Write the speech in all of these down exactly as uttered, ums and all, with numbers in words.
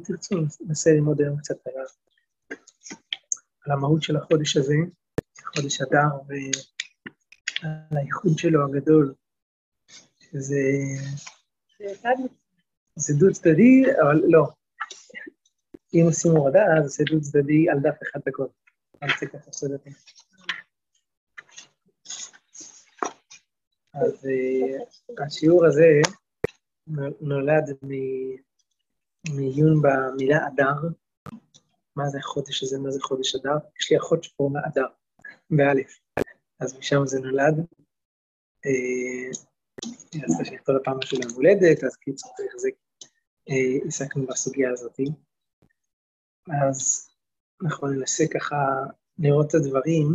תרצו, ננסה ללמוד היום קצת על, על המהות של החודש הזה, חודש אדר, ועל הייחוד שלו הגדול, שזה זה דו צדדי, אבל לא. אם עושים הורדה, אז זה דו צדדי על דף אחד בכל. אני רוצה ככה צדדי. אז השיעור הזה נולד מעיון במילה אדר. מה זה החודש הזה? מה זה חודש אדר? יש לי אחות שקוראים לה אדר, באלף. אז משם זה נולד. אז צריך לכתוב הפעם משהו למולדת, אז קיצור צריך זה, עסקנו בסוגיה הזאת. אז אנחנו ננסה ככה לראות את הדברים,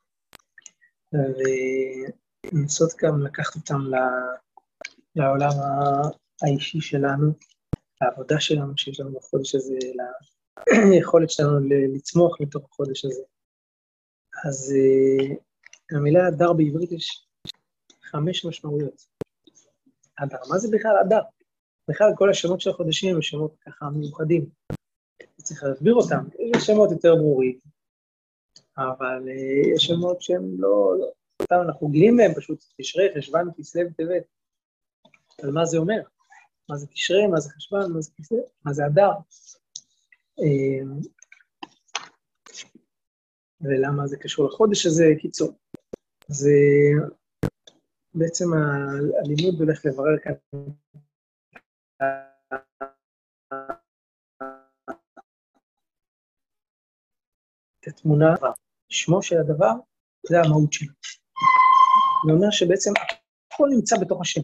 ולנסות גם לקחת אותם לעולם האישי שלנו, לעבודה שלנו שיש לנו בחודש הזה, ליכולת שלנו לצמוח לתוך החודש הזה. אז המילה אדר בעברית יש חמש משמעויות. אדר, מה זה בכלל אדר? בכלל כל השמות של החודשים הם שמות ככה מיוחדים. צריך להסביר אותם, יש שמות יותר ברורים, אבל יש שמות שהם לא, לא, אותם אנחנו גילים בהם פשוט, תשרי, חשבן, כסלו וטבת. אז מה זה אומר? מה זה תשרי, מה זה חשבן, מה זה כסלו, מה זה אדר? ולמה זה קשור לחודש הזה? קיצור. זה בעצם הלימוד הולך לברר כאן את התמונה, שמו של הדבר, זה המהות שלו. זה אומר שבעצם הכל נמצא בתוך השם.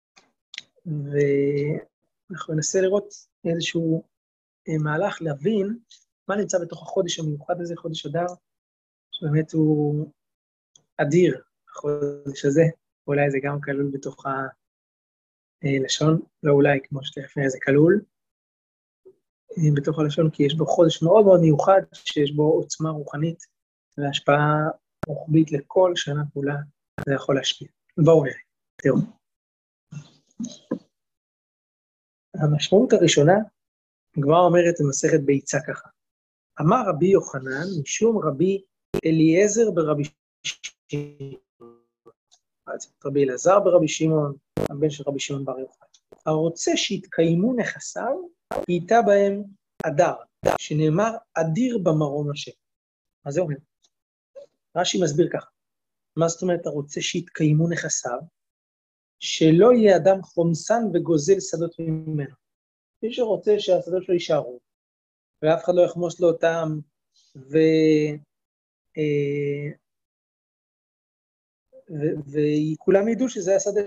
ואנחנו ננסה לראות איזשהו מהלך להבין מה נמצא בתוך החודש המיוחד הזה, חודש אדר, שבאמת הוא אדיר, החודש הזה, אולי זה גם כלול בתוך הלשון, לא אולי, כמו שתכף זה כלול, בתוך הלשון, כי יש בו חודש מאוד מאוד מיוחד, שיש בו עוצמה רוחנית, והשפעה רוחבית לכל שנה כולה, זה יכול להשפיע. בואו נראה, תראו. המשמעות הראשונה, כבר אומרת במסכת ביצה ככה. אמר רבי יוחנן, משום רבי אליעזר ברבי שמעון. רבי אלעזר ברבי שמעון, הבן של רבי שמעון בר יוחנן. הרוצה שיתקיימו נכסיו, הייתה בהם אדר, שנאמר אדיר במרום השם. מה זה אומר? רש"י מסביר ככה. מה זאת אומרת, הרוצה שיתקיימו נכסיו, שלא יהיה אדם חומסן וגוזל שדות ממנו. מי שרוצה שהשדות שלו יישארו, ואף אחד לא יחמוס לו אותם, ו... וכולם ידעו שזה השדה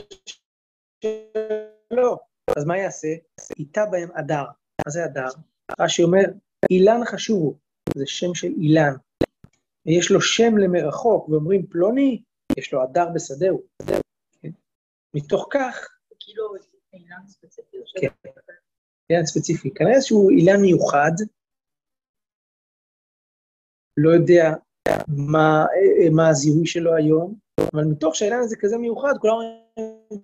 שלו. אז מה יעשה? איתה בהם אדר. מה זה אדר? רש"י אומר, אילן חשוב, זה שם של אילן. ויש לו שם למרחוק, ואומרים פלוני, יש לו אדר בשדהו. כן? מתוך כך... כאילו אילן ספציפי. כן, אילן ספציפי. כנראה איזשהו אילן מיוחד, לא יודע מה, מה הזיהוי שלו היום, אבל מתוך שהאילן הזה כזה מיוחד, כולם אומרים,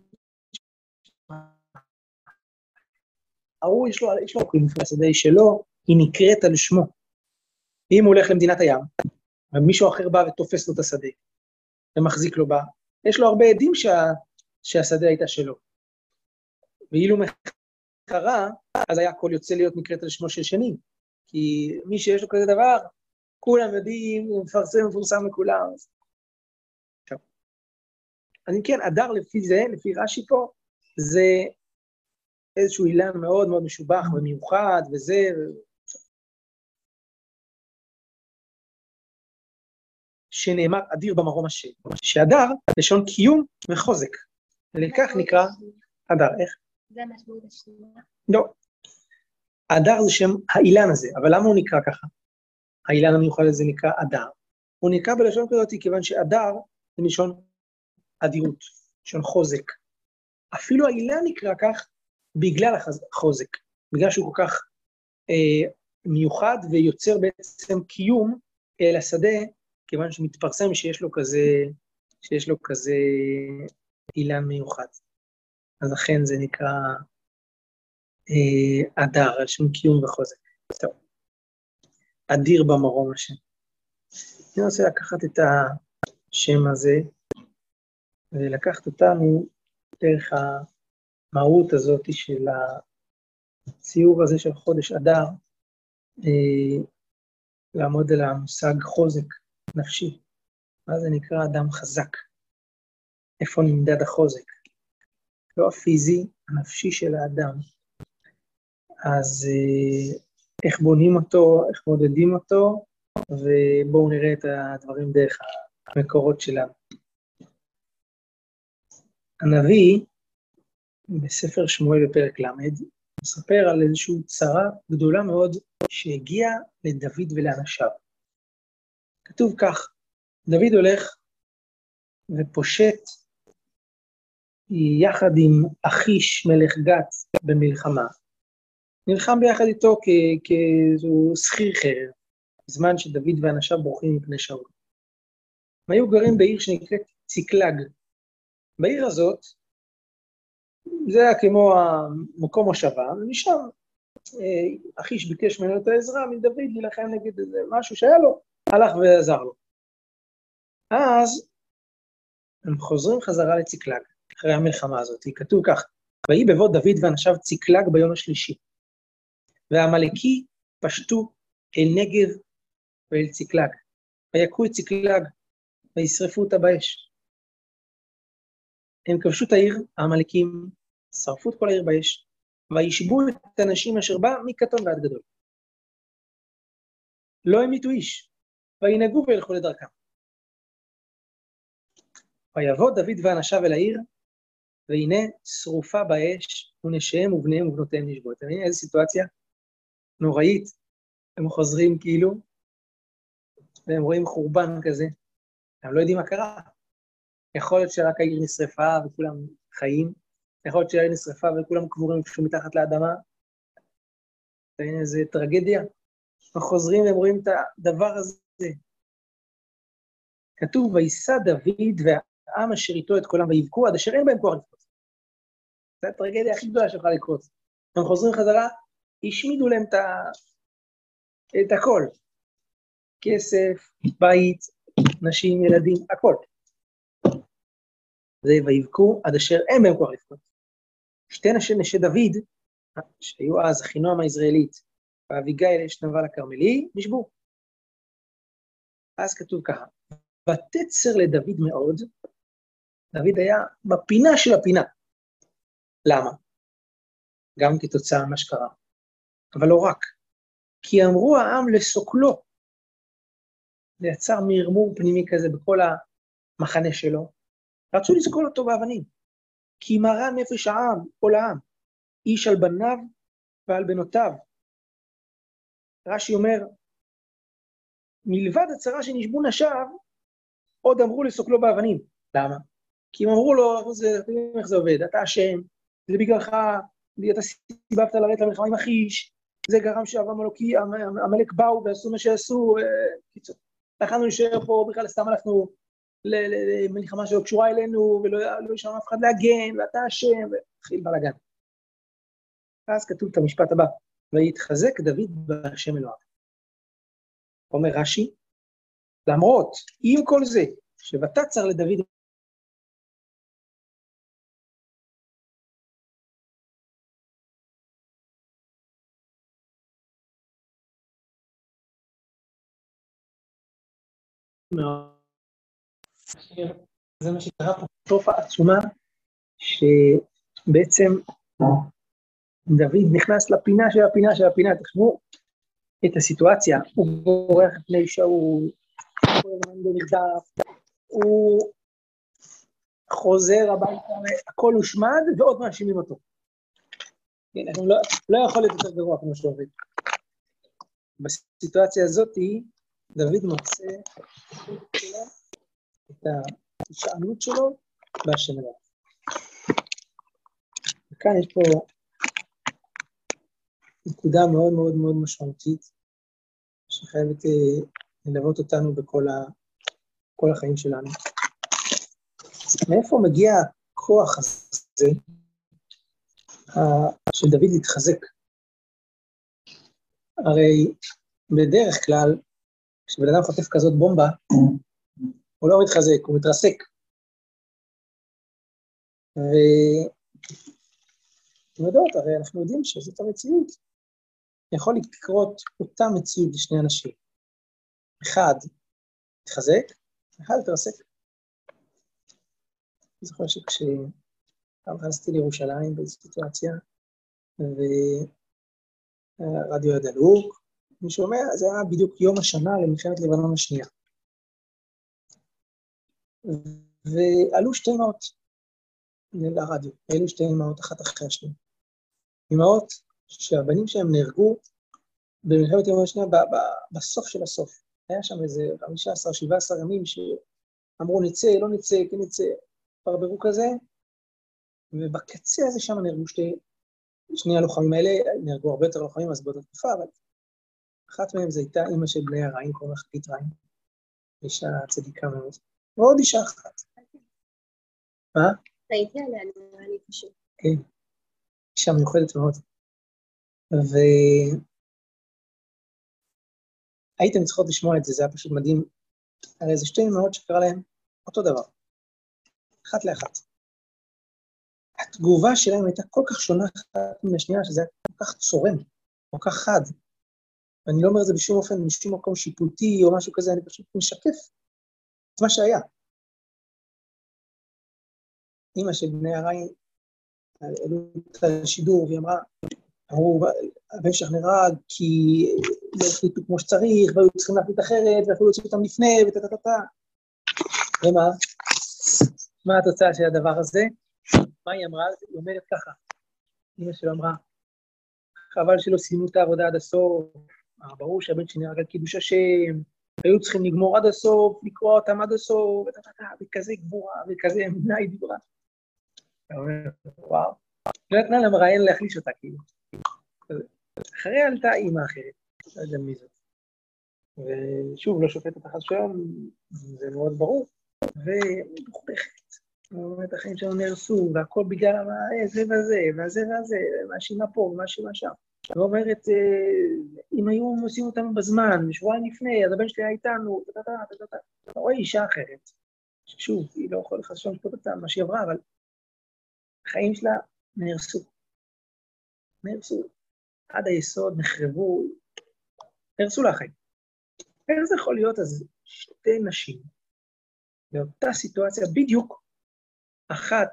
ההוא יש לו, יש לו קוראים לשדה שלו, היא נקראת על שמו. אם הוא הולך למדינת הים, ומישהו אחר בא ותופס לו את השדה, ומחזיק לו בה, יש לו הרבה עדים שה, שהשדה הייתה שלו. ואילו מחרה, אז היה הכל יוצא להיות נקראת על שמו של שני, כי מי שיש לו כזה דבר, כולם יודעים, הוא מפרסם, מפורסם לכולם. עכשיו, אז אם כן, אדר לפי זה, לפי רש"י פה, זה איזשהו אילן מאוד מאוד משובח ומיוחד, וזה... שנאמר אדיר במרום השם. שאדר, לשון קיום וחוזק. ולכך נקרא אדר. איך? זה המשמעות השנייה. לא. אדר זה שם האילן הזה, אבל למה הוא נקרא ככה? האילן המיוחד הזה נקרא אדר. הוא נקרא בלשון כזאת, כיוון שאדר זה מלשון אדירות, לשון חוזק. אפילו האילן נקרא כך בגלל החוזק, בגלל שהוא כל כך אה, מיוחד ויוצר בעצם קיום אל השדה, כיוון שמתפרסם שיש לו כזה, שיש לו כזה אילן מיוחד. אז אכן זה נקרא אה, אדר, על שם קיום וחוזק. טוב. אדיר במרום השם. אני רוצה לקחת את השם הזה, ולקחת אותנו דרך המהות הזאת של הציור הזה של חודש אדר, אה, לעמוד על המושג חוזק נפשי. מה זה נקרא אדם חזק? איפה נמדד החוזק? לא הפיזי, הנפשי של האדם. אז אה, איך בונים אותו, איך מודדים אותו, ובואו נראה את הדברים דרך המקורות שלנו. הנביא, בספר שמואל בפרק למד, מספר על איזושהי צרה גדולה מאוד שהגיעה לדוד ולאנשיו. כתוב כך, דוד הולך ופושט יחד עם אחיש מלך גת במלחמה. נלחם ביחד איתו כאיזו שכיר חרב, בזמן שדוד ואנשיו בורחים מפני שאול. הם היו גרים בעיר שנקראת ציקלג. בעיר הזאת, זה היה כמו המקום מושבה, ומשם אחיש ביקש ממנו את העזרה מדוד להילחם נגד איזה משהו שהיה לו, הלך ועזר לו. אז הם חוזרים חזרה לציקלג, אחרי המלחמה הזאת. כתוב כך, ויהי בבוא דוד ואנשיו ציקלג ביום השלישי, והעמלקי פשטו אל נגב ואל ציקלג, ויכו את ציקלג וישרפו אותה באש. הם כבשו את העיר, העמלקים, שרפו את כל העיר באש, וישבו את האנשים אשר בא מקטון ועד גדול. לא המיתו איש, וינהגו וילכו לדרכם. ויבוא דוד ואנשיו אל העיר, והנה שרופה באש, ונשיהם ובניהם ובנותיהם נשבו. אתם מבינים איזו סיטואציה נוראית? הם חוזרים כאילו, והם רואים חורבן כזה, הם לא יודעים מה קרה. יכול להיות שרק העיר נשרפה וכולם חיים, יכול להיות שהעיר נשרפה וכולם קבורים פשוט מתחת לאדמה. והנה איזו טרגדיה. הם חוזרים והם רואים את הדבר הזה. כתוב, וישא דוד והעם אשר איתו את כולם ויבכו עד אשר אין בהם כוח לקרות. זו הטרגדיה הכי גדולה שיכולה לקרות. הם חוזרים חזרה, השמידו להם את, ה... את הכל. כסף, בית, נשים, ילדים, הכל. זה ויבכו עד אשר אין בהם כוח לקרות. שתי נשי נשי דוד, שהיו אז אחינועם היזרעאלית, ואביגיל אשת נבל הכרמלי, נשבו. אז כתוב ככה, ותצר לדוד מאוד, דוד היה בפינה של הפינה. למה? גם כתוצאה מה שקרה. אבל לא רק. כי אמרו העם לסוקלו, זה יצר מרמור פנימי כזה בכל המחנה שלו, רצו לסקול אותו באבנים. כי מרה נפש העם, כל העם, איש על בניו ועל בנותיו. רש"י אומר, מלבד הצרה שנשבו נשיו, עוד אמרו לסוקלו באבנים. למה? כי הם אמרו לו, זה, איך זה עובד? אתה אשם, זה בגללך, אתה סיבבת לרדת למלחמה עם אחיש, זה גרם שהעמלק באו ועשו מה שעשו, קיצור. לכנו נשאר פה, בכלל סתם הלכנו למלחמה שלא קשורה אלינו, ולא יש לנו אף אחד להגן, ואתה אשם, והתחיל בלגן. אז כתוב את המשפט הבא, ויתחזק דוד בהשם אלוהיו. אומר רש"י, למרות, עם כל זה, שבתצר לדוד, זה מה שקרה פה, תופעה עצומה, שבעצם דוד נכנס לפינה של הפינה של הפינה, תחשבו את הסיטואציה, הוא בורח לפני שאול, הוא חוזר הביתה, הכל הושמד ועוד מאשימים אותו. אנחנו לא, לא יכול להיות יותר גרוע כמו שעובד. בסיטואציה הזאת, דוד מוצא את ההישענות שלו בהשם אלוהיו. וכאן יש פה נקודה מאוד מאוד מאוד משמעותית, שחייבת ללוות אותנו בכל ה, כל החיים שלנו. מאיפה מגיע הכוח הזה, של דוד להתחזק. הרי בדרך כלל, כשבן אדם חוטף כזאת בומבה, הוא לא מתחזק, הוא מתרסק. ואתם יודעות, הרי אנחנו יודעים שזאת המציאות. יכול לקרות אותה מציאות לשני אנשים. אחד מתחזק, אחד מתרסק. אני זוכר שכשפעם חנסתי לירושלים באיזו סיטואציה, והרדיו היה דלוק, אני שומע, זה היה בדיוק יום השנה למלחמת לבנון השנייה. ועלו שתי אמהות לרדיו, העלו שתי אמהות אחת אחרי השנייה. אמהות שהבנים שהם נהרגו במלחמת לבנון השנייה בסוף של הסוף. היה שם איזה חמישה עשר שבעה עשר ימים שאמרו נצא, לא נצא, כן נצא, פרברו כזה, ובקצה הזה שם נהרגו שתי, שני הלוחמים האלה, נהרגו הרבה יותר לוחמים אז באותה תקופה, אבל אחת מהם זה הייתה אמא של בני הרעים, קוראים לה חגית רעים, אישה צדיקה מאוד, ועוד אישה אחת. מה? ראיתי עליה, נראה לי פשוט. כן, אישה מיוחדת מאוד. והייתם צריכות לשמוע את זה, זה היה פשוט מדהים. הרי זה שתי אמהות שקרה להם אותו דבר, אחת לאחת. התגובה שלהם הייתה כל כך שונה אחת מן השנייה, שזה היה כל כך צורם, כל כך חד. ואני לא אומר את זה בשום אופן, משום מקום שיפוטי או משהו כזה, אני פשוט משקף את מה שהיה. אמא של בני הרעים, העלו את השידור, והיא אמרה, אמרו, הבן שלך נהרג כי לא החליטו כמו שצריך, והיו צריכים להחליט אחרת, ואפילו להוציא אותם לפני, וטטטטה. ומה? מה התוצאה של הדבר הזה? מה היא אמרה? היא אומרת ככה. אמא שלו אמרה, חבל שלא סיימו את העבודה עד הסוף, ברור שהבן שנהרג על קידוש השם, היו צריכים לגמור עד הסוף, לקרוא אותם עד הסוף, וכזה גבורה, וכזה אמונה היא דיברה. אתה אומר, וואו. לא נתנה למראיין להחליש אותה, כאילו. אחרי עלתה אימא אחרת, לא יודע מי זאת. ושוב, לא שופט אותך שם, זה מאוד ברור, ומוכבכת. זאת אומרת, החיים שלנו נהרסו, והכל בגלל זה וזה, והזה והזה, מאשימה פה ומאשימה שם. ואומרת, אם היו עושים אותנו בזמן, שבועיים לפני, אז הבן שלי היה איתנו, אתה רואה אישה אחרת, ששוב, היא לא יכולה לחשוב לשפוט אותה, מה שהיא עברה, אבל החיים שלה נהרסו. נהרסו. עד היסוד, נחרבו, נהרסו לה החיים. איך זה יכול להיות? אז שתי נשים, באותה סיטואציה, בדיוק, אחת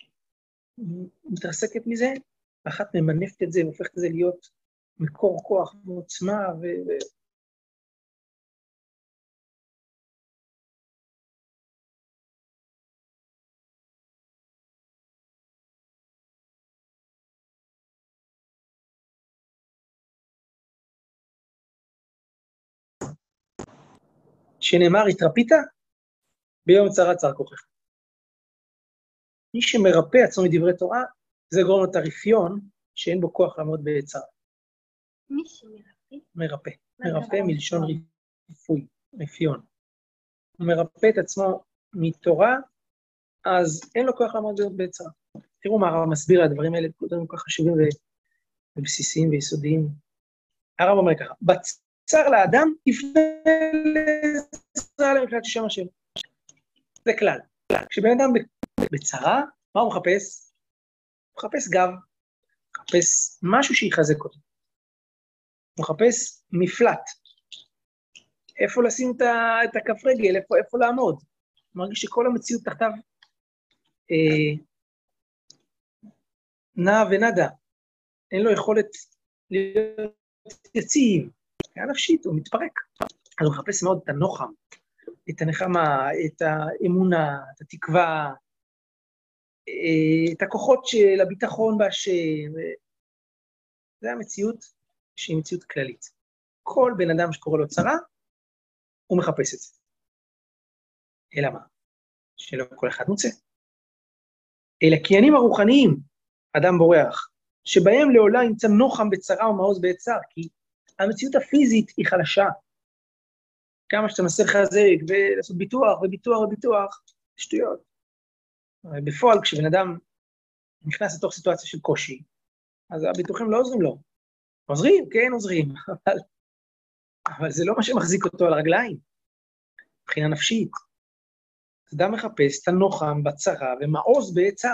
מתרסקת מזה, אחת ממנפת את זה, והופכת את זה להיות מקור כוח ועוצמה, ו... שנאמר, התרפית? ביום צרה צר כוחך. מי שמרפא עצמו מדברי תורה, זה גורם לו את הרפיון, שאין בו כוח לעמוד בצרה. מי שמרפא? מרפא. מרפא מלשון ריפוי, רפיון. הוא מרפא את עצמו מתורה, אז אין לו כוח לעמוד בצרה. תראו מה הרב מסביר, הדברים האלה כולם כל כך חשובים ובסיסיים ויסודיים. הרב אומר ככה, בצר לאדם יפנה לעזרה למקלט שם השם. זה כלל. כשבן אדם בצרה, מה הוא מחפש? הוא מחפש גב, הוא מחפש משהו שיחזק אותו. הוא מחפש מפלט. איפה לשים את הכף רגל, איפה, איפה לעמוד. הוא מרגיש שכל המציאות תחתיו אה, נע ונדה. אין לו יכולת להיות יציב. היה נפשית, הוא מתפרק. אז הוא מחפש מאוד את הנוחם, את הנחמה, את האמונה, את התקווה, את הכוחות של הביטחון בהשם. זה המציאות שהיא מציאות כללית. כל בן אדם שקורא לו צרה, הוא מחפש את זה. אלא מה? שלא כל אחד מוצא. אלא קיינים הרוחניים, אדם בורח, שבהם לעולם ימצא נוחם בצרה ומעוז בעצר, כי המציאות הפיזית היא חלשה. כמה שאתה מנסה לחזק ולעשות ביטוח וביטוח וביטוח, שטויות. בפועל, כשבן אדם נכנס לתוך סיטואציה של קושי, אז הביטוחים לא עוזרים לו. עוזרים, כן עוזרים, אבל, אבל זה לא מה שמחזיק אותו על הרגליים, מבחינה נפשית. אדם מחפש את הנוחם בצרה ומעוז בעצה.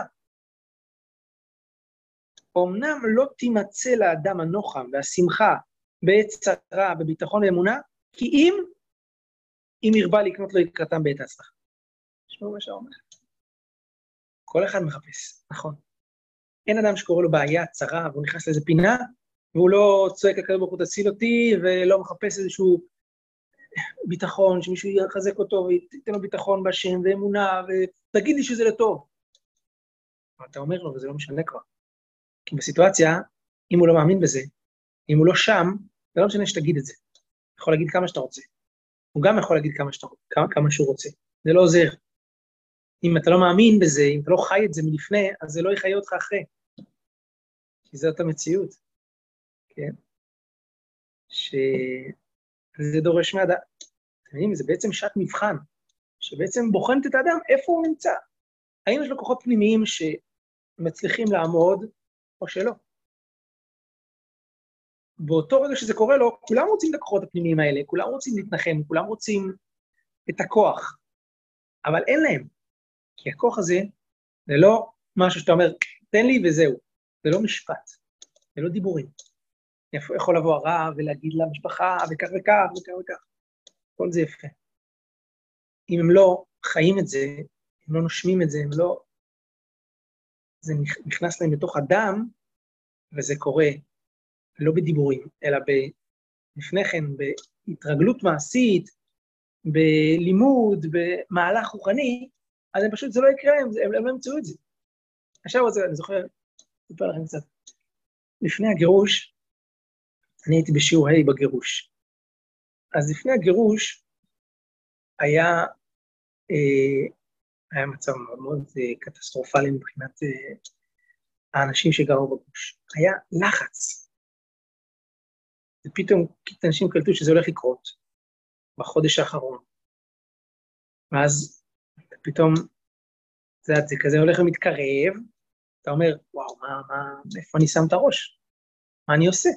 אמנם לא תימצא לאדם הנוחם והשמחה בעת צרה, בביטחון ואמונה, כי אם, אם ירבה לקנות לו יקרתם בעת הצלחה. תשמעו מה שאומר. כל אחד מחפש, נכון. אין אדם שקורא לו בעיה, צרה, והוא נכנס לאיזה פינה, והוא לא צועק הקדוש ברוך הוא תציל אותי, ולא מחפש איזשהו ביטחון, שמישהו יחזק אותו וייתן לו ביטחון בשם ואמונה, ותגיד לי שזה לטוב. אבל אתה אומר לו, וזה לא משנה כבר. כי בסיטואציה, אם הוא לא מאמין בזה, אם הוא לא שם, זה לא משנה שתגיד את זה. הוא יכול להגיד כמה שאתה רוצה. הוא גם יכול להגיד כמה, שאתה, כמה, כמה שהוא רוצה. זה לא עוזר. אם אתה לא מאמין בזה, אם אתה לא חי את זה מלפני, אז זה לא יחיה אותך אחרי. כי זאת המציאות. כן? שזה דורש מאדם. אתם יודעים, זה בעצם שעת מבחן, שבעצם בוחנת את האדם איפה הוא נמצא. האם יש לו כוחות פנימיים שמצליחים לעמוד, או שלא. באותו רגע שזה קורה לו, כולם רוצים את הכוחות הפנימיים האלה, כולם רוצים להתנחם, כולם רוצים את הכוח, אבל אין להם. כי הכוח הזה, זה לא משהו שאתה אומר, תן לי וזהו. זה לא משפט, זה לא דיבורים. יכול לבוא הרב ולהגיד למשפחה, וכך וכך וכך וכך. כל זה יפה. אם הם לא חיים את זה, הם לא נושמים את זה, הם לא... זה נכנס להם בתוך הדם, וזה קורה לא בדיבורים, אלא לפני כן, בהתרגלות מעשית, בלימוד, במהלך רוחני, אז הם פשוט, זה לא יקרה להם, הם, הם לא ימצאו את זה. עכשיו זה, אני זוכר, אספר לכם קצת. לפני הגירוש, אני הייתי בשיעור ה' בגירוש. אז לפני הגירוש, היה, אה, היה מצב מאוד מאוד אה, קטסטרופלי מבחינת אה, האנשים שגרו בגוש. היה לחץ. ופתאום אנשים קלטו שזה הולך לקרות בחודש האחרון. ואז פתאום זה, זה כזה הולך ומתקרב, אתה אומר, וואו, מה, מה, איפה אני שם את הראש? מה אני עושה?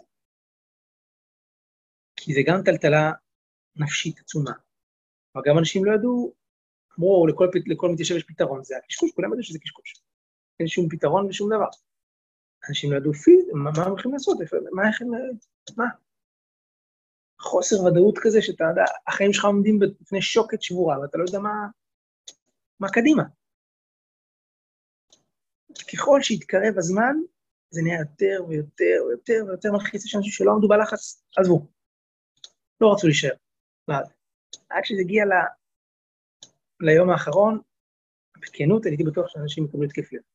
כי זה גם טלטלה נפשית עצומה. אבל גם אנשים לא ידעו, אמרו, לכל, לכל מתיישב יש פתרון, זה הקשקוש, כולם ידעו שזה קשקוש. אין שום פתרון ושום דבר. אנשים לא ידעו פיז, מה, מה הם הולכים לעשות? מה הם, מה? חוסר ודאות כזה שאתה יודע, החיים שלך עומדים בפני שוקת שבורה, ואתה לא יודע מה, מה קדימה. ככל שהתקרב הזמן, זה נהיה יותר ויותר ויותר ויותר מלחיץ, יש אנשים שלא עמדו בלחץ, עזבו. לא רצו להישאר. רק כשזה הגיע ל... ליום האחרון, בכנות, אני הייתי בטוח שאנשים יקבלו התקף לב.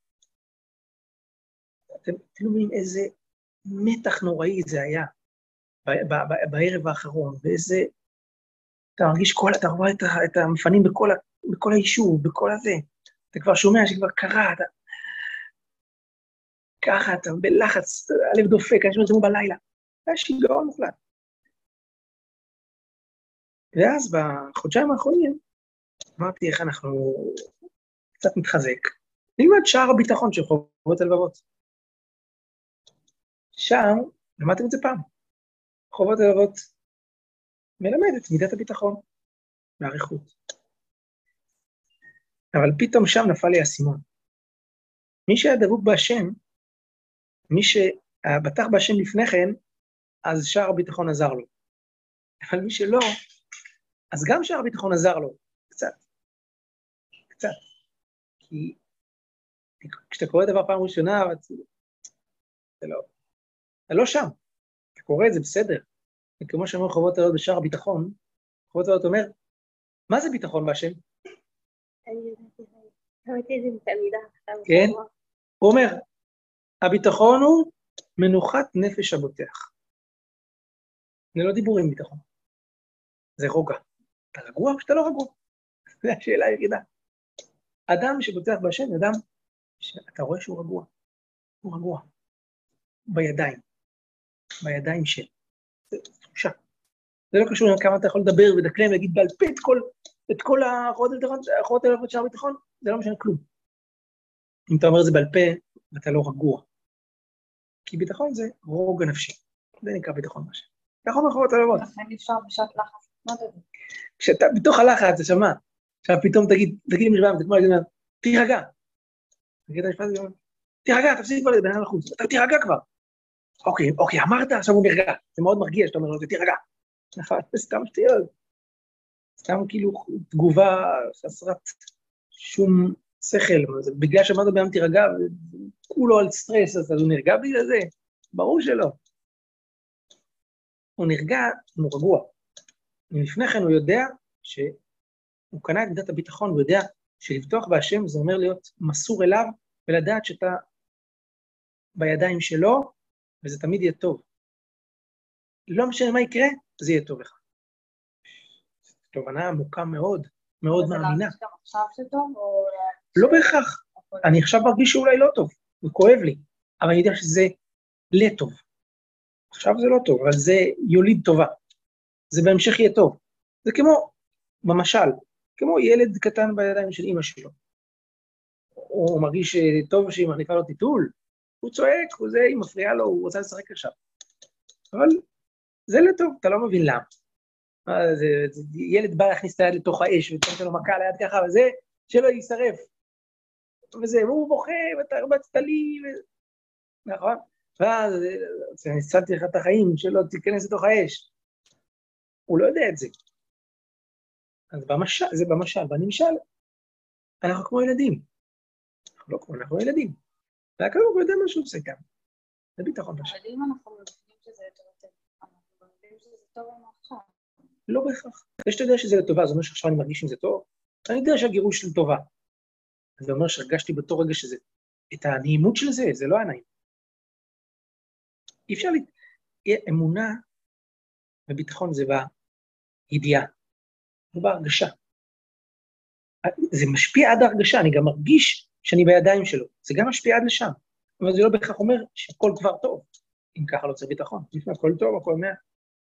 אתם מבינים איזה מתח נוראי זה היה ב- ב- ב- בערב האחרון, ואיזה... אתה מרגיש כל... אתה רואה את, ה- את המפנים בכל, ה... בכל היישוב, בכל הזה. אתה כבר שומע שכבר קרה, אתה... ככה, אתה בלחץ, הלב דופק, אנשים נרתמו בלילה. זה היה שיגעון מוחלט. ואז בחודשיים האחרונים, אמרתי איך אנחנו קצת מתחזק. נלמד שער הביטחון של חובות הלבבות. שער, למדתם את זה פעם. חובות הלבבות מלמד את מידת הביטחון והאריכות. אבל פתאום שם נפל לי הסימון. מי שהיה דבוק בהשם, מי שבטח בהשם לפני כן, אז שער הביטחון עזר לו. אבל מי שלא, אז גם שער הביטחון עזר לו, קצת. קצת. כי כשאתה קורא דבר פעם ראשונה, זה לא, זה לא שם. אתה קורא את זה בסדר. וכמו שאומר חובות הלבבות בשער הביטחון, חובות הלבבות אומר, מה זה ביטחון בהשם? כן, הוא אומר, הביטחון הוא מנוחת נפש הבוטח. זה לא דיבורים ביטחון, זה רוגע. אתה רגוע או שאתה לא רגוע? זו השאלה היחידה. אדם שבוטח בהשם, אדם שאתה רואה שהוא רגוע, הוא רגוע. בידיים, בידיים של. זה תחושה. זה לא קשור לכמה אתה יכול לדבר ודקלם, להגיד בעל פה את כל, את כל החובות הלבבות שער הביטחון, זה לא משנה כלום. אם אתה אומר את זה בעל פה, אתה לא רגוע. כי ביטחון זה רוגע נפשי. זה נקרא ביטחון משהו. ביטחון מחוות הלבבות. לכן אפשר בשעת לחץ. מה זה? כשאתה בתוך הלחץ, אתה שמע, עכשיו פתאום תגיד, תגיד לי משבעים, תגמר, תגיד, תירגע. תגיד המשפט הזה, תירגע, תפסיק כבר לבן אדם לחוץ, אתה תירגע כבר. אוקיי, אוקיי, אמרת, עכשיו הוא נרגע. זה מאוד מרגיע שאתה אומר לו, תירגע. נכון, זה סתם שטויות. סתם כאילו תגובה חסרת שום שכל. בגלל שאמרת בהם תירגע, וכולו על סטרס, אז הוא נרגע בגלל זה. ברור שלא. הוא נרגע, הוא רגוע. ולפני כן הוא יודע שהוא קנה את מידת הביטחון, הוא יודע שלבטוח בהשם זה אומר להיות מסור אליו, ולדעת שאתה בידיים שלו, וזה תמיד יהיה טוב. לא משנה מה יקרה, זה יהיה טוב לך. תובנה עמוקה מאוד, מאוד מאמינה. זה להרגיש גם עכשיו שטוב, או... לא בהכרח. אני עכשיו מרגיש שאולי לא טוב, וכואב לי, אבל אני יודע שזה לטוב. עכשיו זה לא טוב, אבל זה יוליד טובה. זה בהמשך יהיה טוב. זה כמו, במשל, כמו ילד קטן בידיים של אמא שלו. הוא מרגיש טוב שהיא מחליפה לו טיטול, הוא צועק, הוא זה, היא מפריעה לו, הוא רוצה לשחק עכשיו. אבל זה לא טוב, אתה לא מבין למה. זה, זה, ילד בא להכניס את היד לתוך האש, ותן לו מכה ליד ככה, וזה, שלא יישרף. וזה, והוא בוכה, ואתה הרבצת לי, ו... נכון? ואז, אני הצלתי לך את החיים, שלא תיכנס לתוך האש. הוא לא יודע את זה. אז במשל, זה במשל, בנמשל, אנחנו כמו ילדים. אנחנו לא כמו, אנחנו ילדים. והכלל הוא יודע מה שהוא עושה כאן. זה ביטחון בשם. אבל אם אנחנו מבינים שזה יותר טוב, אנחנו מבינים שזה טוב לנו עכשיו. לא בהכרח. יש שאתה יודע שזה לטובה, זה אומר שעכשיו אני מרגיש אם זה טוב, אני יודע שהגירוש שלי טובה. זה אומר שהרגשתי באותו רגע שזה, את הנעימות של זה, זה לא הנעים. אי אפשר לי, אמונה וביטחון זה בידיעה, זה בהרגשה. זה משפיע עד ההרגשה, אני גם מרגיש שאני בידיים שלו, זה גם משפיע עד לשם, אבל זה לא בהכרח אומר שהכל כבר טוב, אם ככה לא צריך ביטחון, לפני הכל טוב, הכל מאה.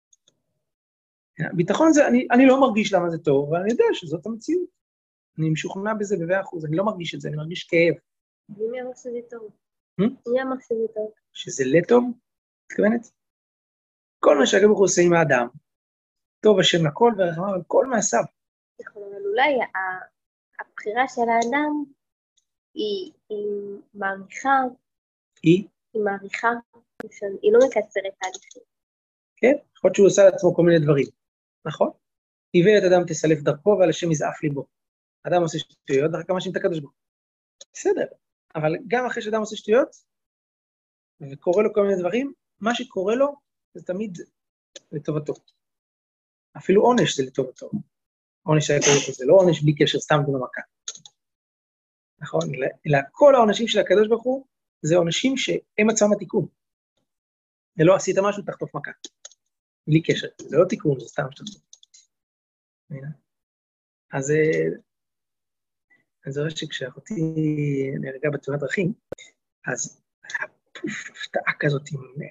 ביטחון זה, אני, אני לא מרגיש למה זה טוב, אבל אני יודע שזאת המציאות. אני משוכנע בזה במאה אחוז, אני לא מרגיש את זה, אני מרגיש כאב. מי אמר שזה טוב? מי אמר שזה טוב? שזה לטוב, מתכוונת? כל מה שהקדוש ברוך הוא עושה עם האדם, טוב השם לכל ורחמיו על כל מעשיו. נכון, אבל אולי הבחירה של האדם היא מעריכה, היא? היא מעריכה, היא לא מקצרת תהליכים. כן, יכול להיות שהוא עושה לעצמו כל מיני דברים, נכון? עיוורת אדם תסלף דרכו ועל השם יזעף ליבו. אדם עושה שטויות, אחר כמה שנים את הקדוש ברוך הוא. בסדר, אבל גם אחרי שאדם עושה שטויות, וקורא לו כל מיני דברים, מה שקורה לו זה תמיד לטובתו. אפילו עונש זה לטובתו. עונש שהיה קורא לו זה לא עונש בלי קשר, סתם במכה. נכון? אלא כל העונשים של הקדוש ברוך הוא, זה עונשים שהם עצמם התיקון. ולא עשית משהו, תחטוף מכה. בלי קשר, זה לא תיקון, זה סתם שתחטוף. אז אני זוכר שכשאחותי נהרגה בתאונת דרכים, אז פוף, הפתעה כזאת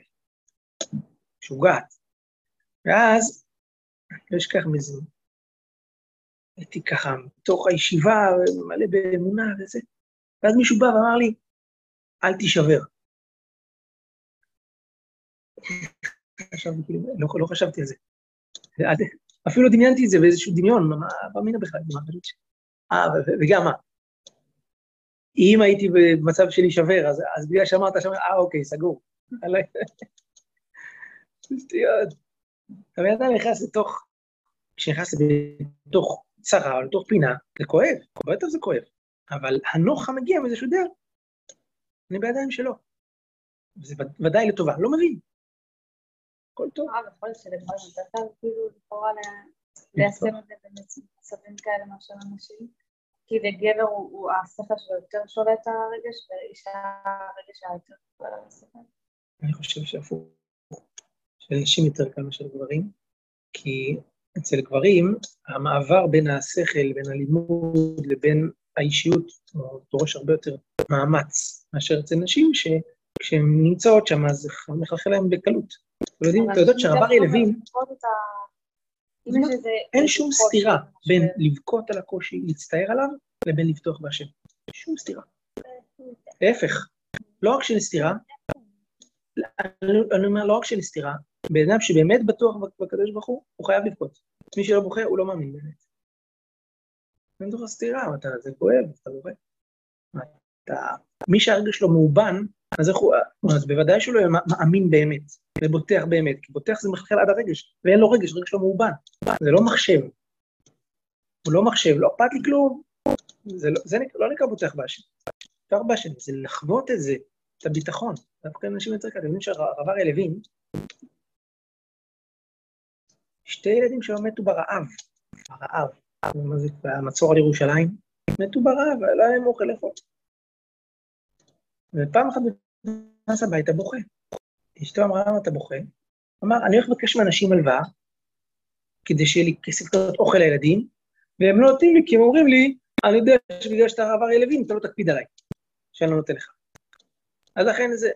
משוגעת. ואז, לא אשכח מזה, הייתי ככה, בתוך הישיבה, מלא באמונה וזה, ואז מישהו בא ואמר לי, אל תישבר. לא, לא חשבתי על זה. אפילו דמיינתי את זה באיזשהו דמיון, מה מאמינה בכלל? אה, וגם מה? אם הייתי במצב של להישבר, אז, אז בגלל שאמרת שם, אה, אוקיי, סגור. שטויות. אבל אדם נכנס לתוך, כשנכנס לתוך צרה או לתוך פינה, זה כואב, כואב טוב זה כואב. אבל הנוח המגיע מזה שהוא יודע, אני בידיים שלו. וזה ודאי לטובה, לא מבין. הכל טוב. אה, בכל שלדבר, אתה חייב כאילו לכאורה ליישם את זה במצבים כאלה מאשר אנשים. כי לגבר הוא השכל שלו יותר שולט הרגש, ואישה הרגש היותר כלל על השכל. אני חושב שהפוך, של נשים יותר קל מאשר גברים, כי אצל גברים, המעבר בין השכל, בין הלימוד לבין האישיות, דורש הרבה יותר מאמץ, מאשר אצל נשים שכשהן נמצאות שם, אז זה מחלחל להם בקלות. אתם יודעים, אתה יודעת שהרב ילווים, אין שום סתירה בין לבכות על הקושי, להצטער עליו, לבין לבטוח בהשם. שום סתירה. להפך, לא רק שאין סתירה, אני אומר, לא רק של סתירה, בן אדם שבאמת בטוח בקדוש ברוך הוא, הוא חייב לבכות. מי שלא בוכה, הוא לא מאמין באמת. אין תוך הסתירה, אתה זה כואב, אתה בוכה. מי שהרגש שלו מאובן, אז, הוא, אז בוודאי שהוא לא מאמין באמת, ובוטח באמת, כי בוטח זה מחלחל עד הרגש, ואין לו רגש, רגש שלו מאובן. זה לא מחשב. הוא לא מחשב, לא אכפת לי כלום. זה לא, זה לא נקרא בוטח בהשם. בוטח בהשם, זה לחוות את זה, את הביטחון. דווקא אנשים יותר כאלה, יודעים שהרב אריה לוין, שתי ילדים שלו מתו ברעב, ברעב, במצור על ירושלים, מתו ברעב, לא היה להם אוכל לאכול. ופעם אחת נכנס הביתה בוכה. אשתו אמרה, למה אתה בוכה? אמר, אני הולך לבקש מאנשים הלוואה, כדי שיהיה לי כסף קצת אוכל לילדים, והם לא נותנים לי, כי הם אומרים לי, אני יודע שבגלל שאתה הרב אריה לוין, אתה לא תקפיד עליי, שאני לא נותן לך. אז לכן זה,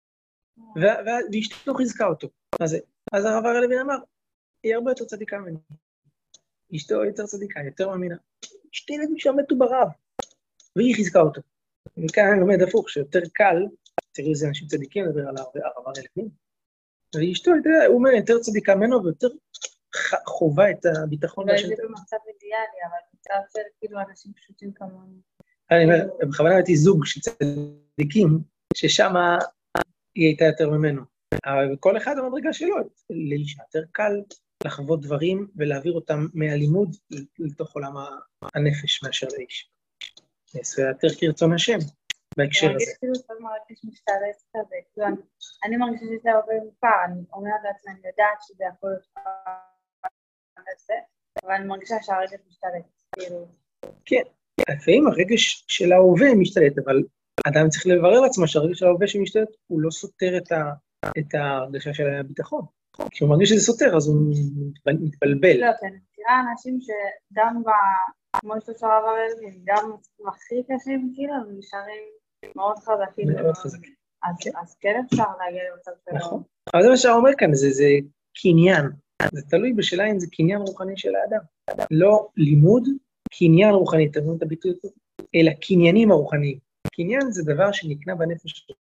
ואשתו חזקה אותו. אז הרב אריה לוין אמר, היא הרבה יותר צדיקה ממני. אשתו יותר צדיקה, יותר מאמינה. שתי ילדים שעמדו ברעב, והיא חזקה אותו. וכאן אני לומד הפוך, שיותר קל, תראו איזה אנשים צדיקים, לדבר על הרב אריה לוין. ואשתו, הוא אומר, יותר צדיקה ממנו, ויותר חובה את הביטחון. אולי זה במצב אידיאלי, אבל מצב של כאילו אנשים פשוטים כמוני. אני אומר, בכוונה הייתי זוג של צדיקים, ששם היא הייתה יותר ממנו. אבל כל אחד במדרגה שלו, לאישה יותר קל לחוות דברים ולהעביר אותם מהלימוד לתוך עולם הנפש מאשר לאיש. זה יותר כרצון השם בהקשר הזה. אני מרגיש כאילו כל מרגיש משתלט כזה, אני מרגישה שזה הרבה מוכר, אני אומרת לעצמי, אני יודעת שזה יכול להיות כזה, אבל אני מרגישה שהרגש משתלט. כן, לפעמים הרגש של ההווה משתלט, אבל אדם צריך לברר לעצמו שהרגש של ההווה שמשתלט הוא לא סותר את ה... את ההרגשה של הביטחון. כשהוא מרגיש שזה סותר, אז הוא מתבלבל. לא, כן, תראה אנשים שגם כמו יש לו של הרב אריה לוין, גם הכי קשים, כאילו, הם נשארים מאוד חזקים. מאוד חזקים. אז כן אפשר להגיע למצב שלו. נכון. אבל זה מה שאתה אומר כאן, זה קניין. זה תלוי בשאלה אם זה קניין רוחני של האדם. לא לימוד, קניין רוחני, תבינו את הביטוי הזה, אלא קניינים הרוחניים. קניין זה דבר שנקנה בנפש של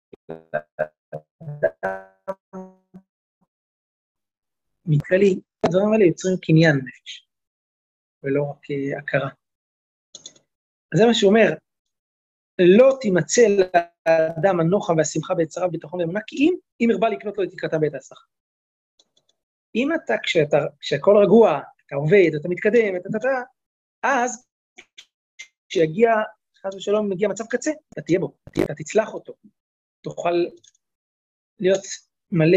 מכלי, הדברים האלה יוצרים קניין נפש, ולא רק הכרה. אז זה מה שהוא אומר, לא תימצא לאדם הנוחה והשמחה ביצרה וביטחון ואמונה, כי אם, אם הרבה לקנות לו את תקרתה בית ההצלחה. אם אתה, כשאתה, כשהכל רגוע, אתה עובד, אתה מתקדם, אתה, אתה, אז כשיגיע, חס ושלום, מגיע מצב קצה, אתה תהיה בו, אתה תצלח אותו, תוכל להיות מלא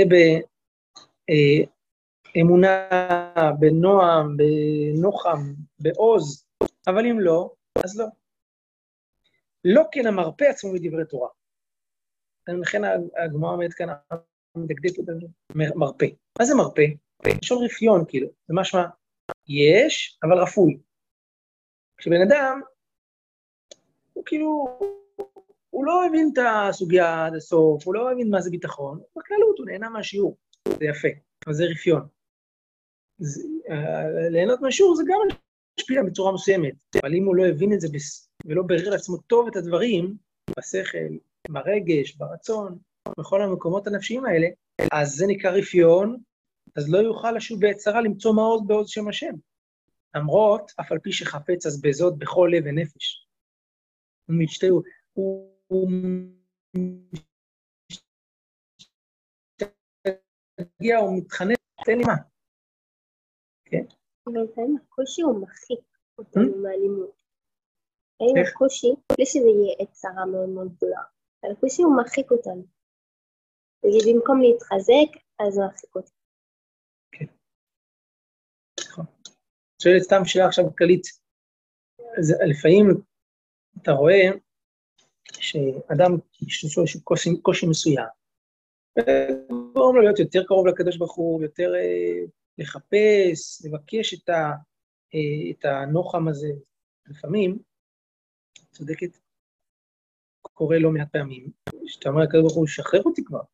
באמונה, בנועם, בנוחם, בעוז, אבל אם לא, אז לא. לא כן המרפא עצמו מדברי תורה. לכן הגמרא אומרת כאן, מדקדק את המרפא. מה זה מרפא? לשון רפיון, כאילו. זה משמע, יש, אבל רפוי. כשבן אדם, הוא כאילו, הוא לא הבין את הסוגיה עד הסוף, הוא לא הבין מה זה ביטחון, בקלות, הוא נהנה מהשיעור, זה יפה, אבל זה רפיון. זה, uh, ליהנות מהשיעור זה גם משפיע בצורה מסוימת, אבל אם הוא לא הבין את זה ולא ברר לעצמו טוב את הדברים, בשכל, ברגש, ברצון, בכל המקומות הנפשיים האלה, אז זה נקרא רפיון, אז לא יוכל לשוב ביצרה למצוא מעוז בעוז שם השם. למרות, אף על פי שחפץ אז בזאת בכל לב ונפש. הוא משתהו, הוא... הוא מגיע, הוא מתחנן, תן לי מה. כן? אבל לפעמים הקושי הוא מחיק אותנו מהלימוד. האם הקושי, בלי שזה יהיה עת צרה מאוד מאוד גדולה, אבל הקושי הוא מחיק אותנו. נגיד, במקום להתחזק, אז הוא מחיק אותנו. כן. נכון. שואלת סתם שאלה עכשיו כללית. לפעמים אתה רואה שאדם יש לו קושי, קושי מסוים, וגורם לו להיות יותר קרוב לקדוש ברוך הוא, יותר אה, לחפש, לבקש את, ה, אה, את הנוחם הזה. לפעמים, צודקת, קורה לא מעט פעמים, שאתה אומר לקדוש ברוך הוא, שחרר אותי כבר.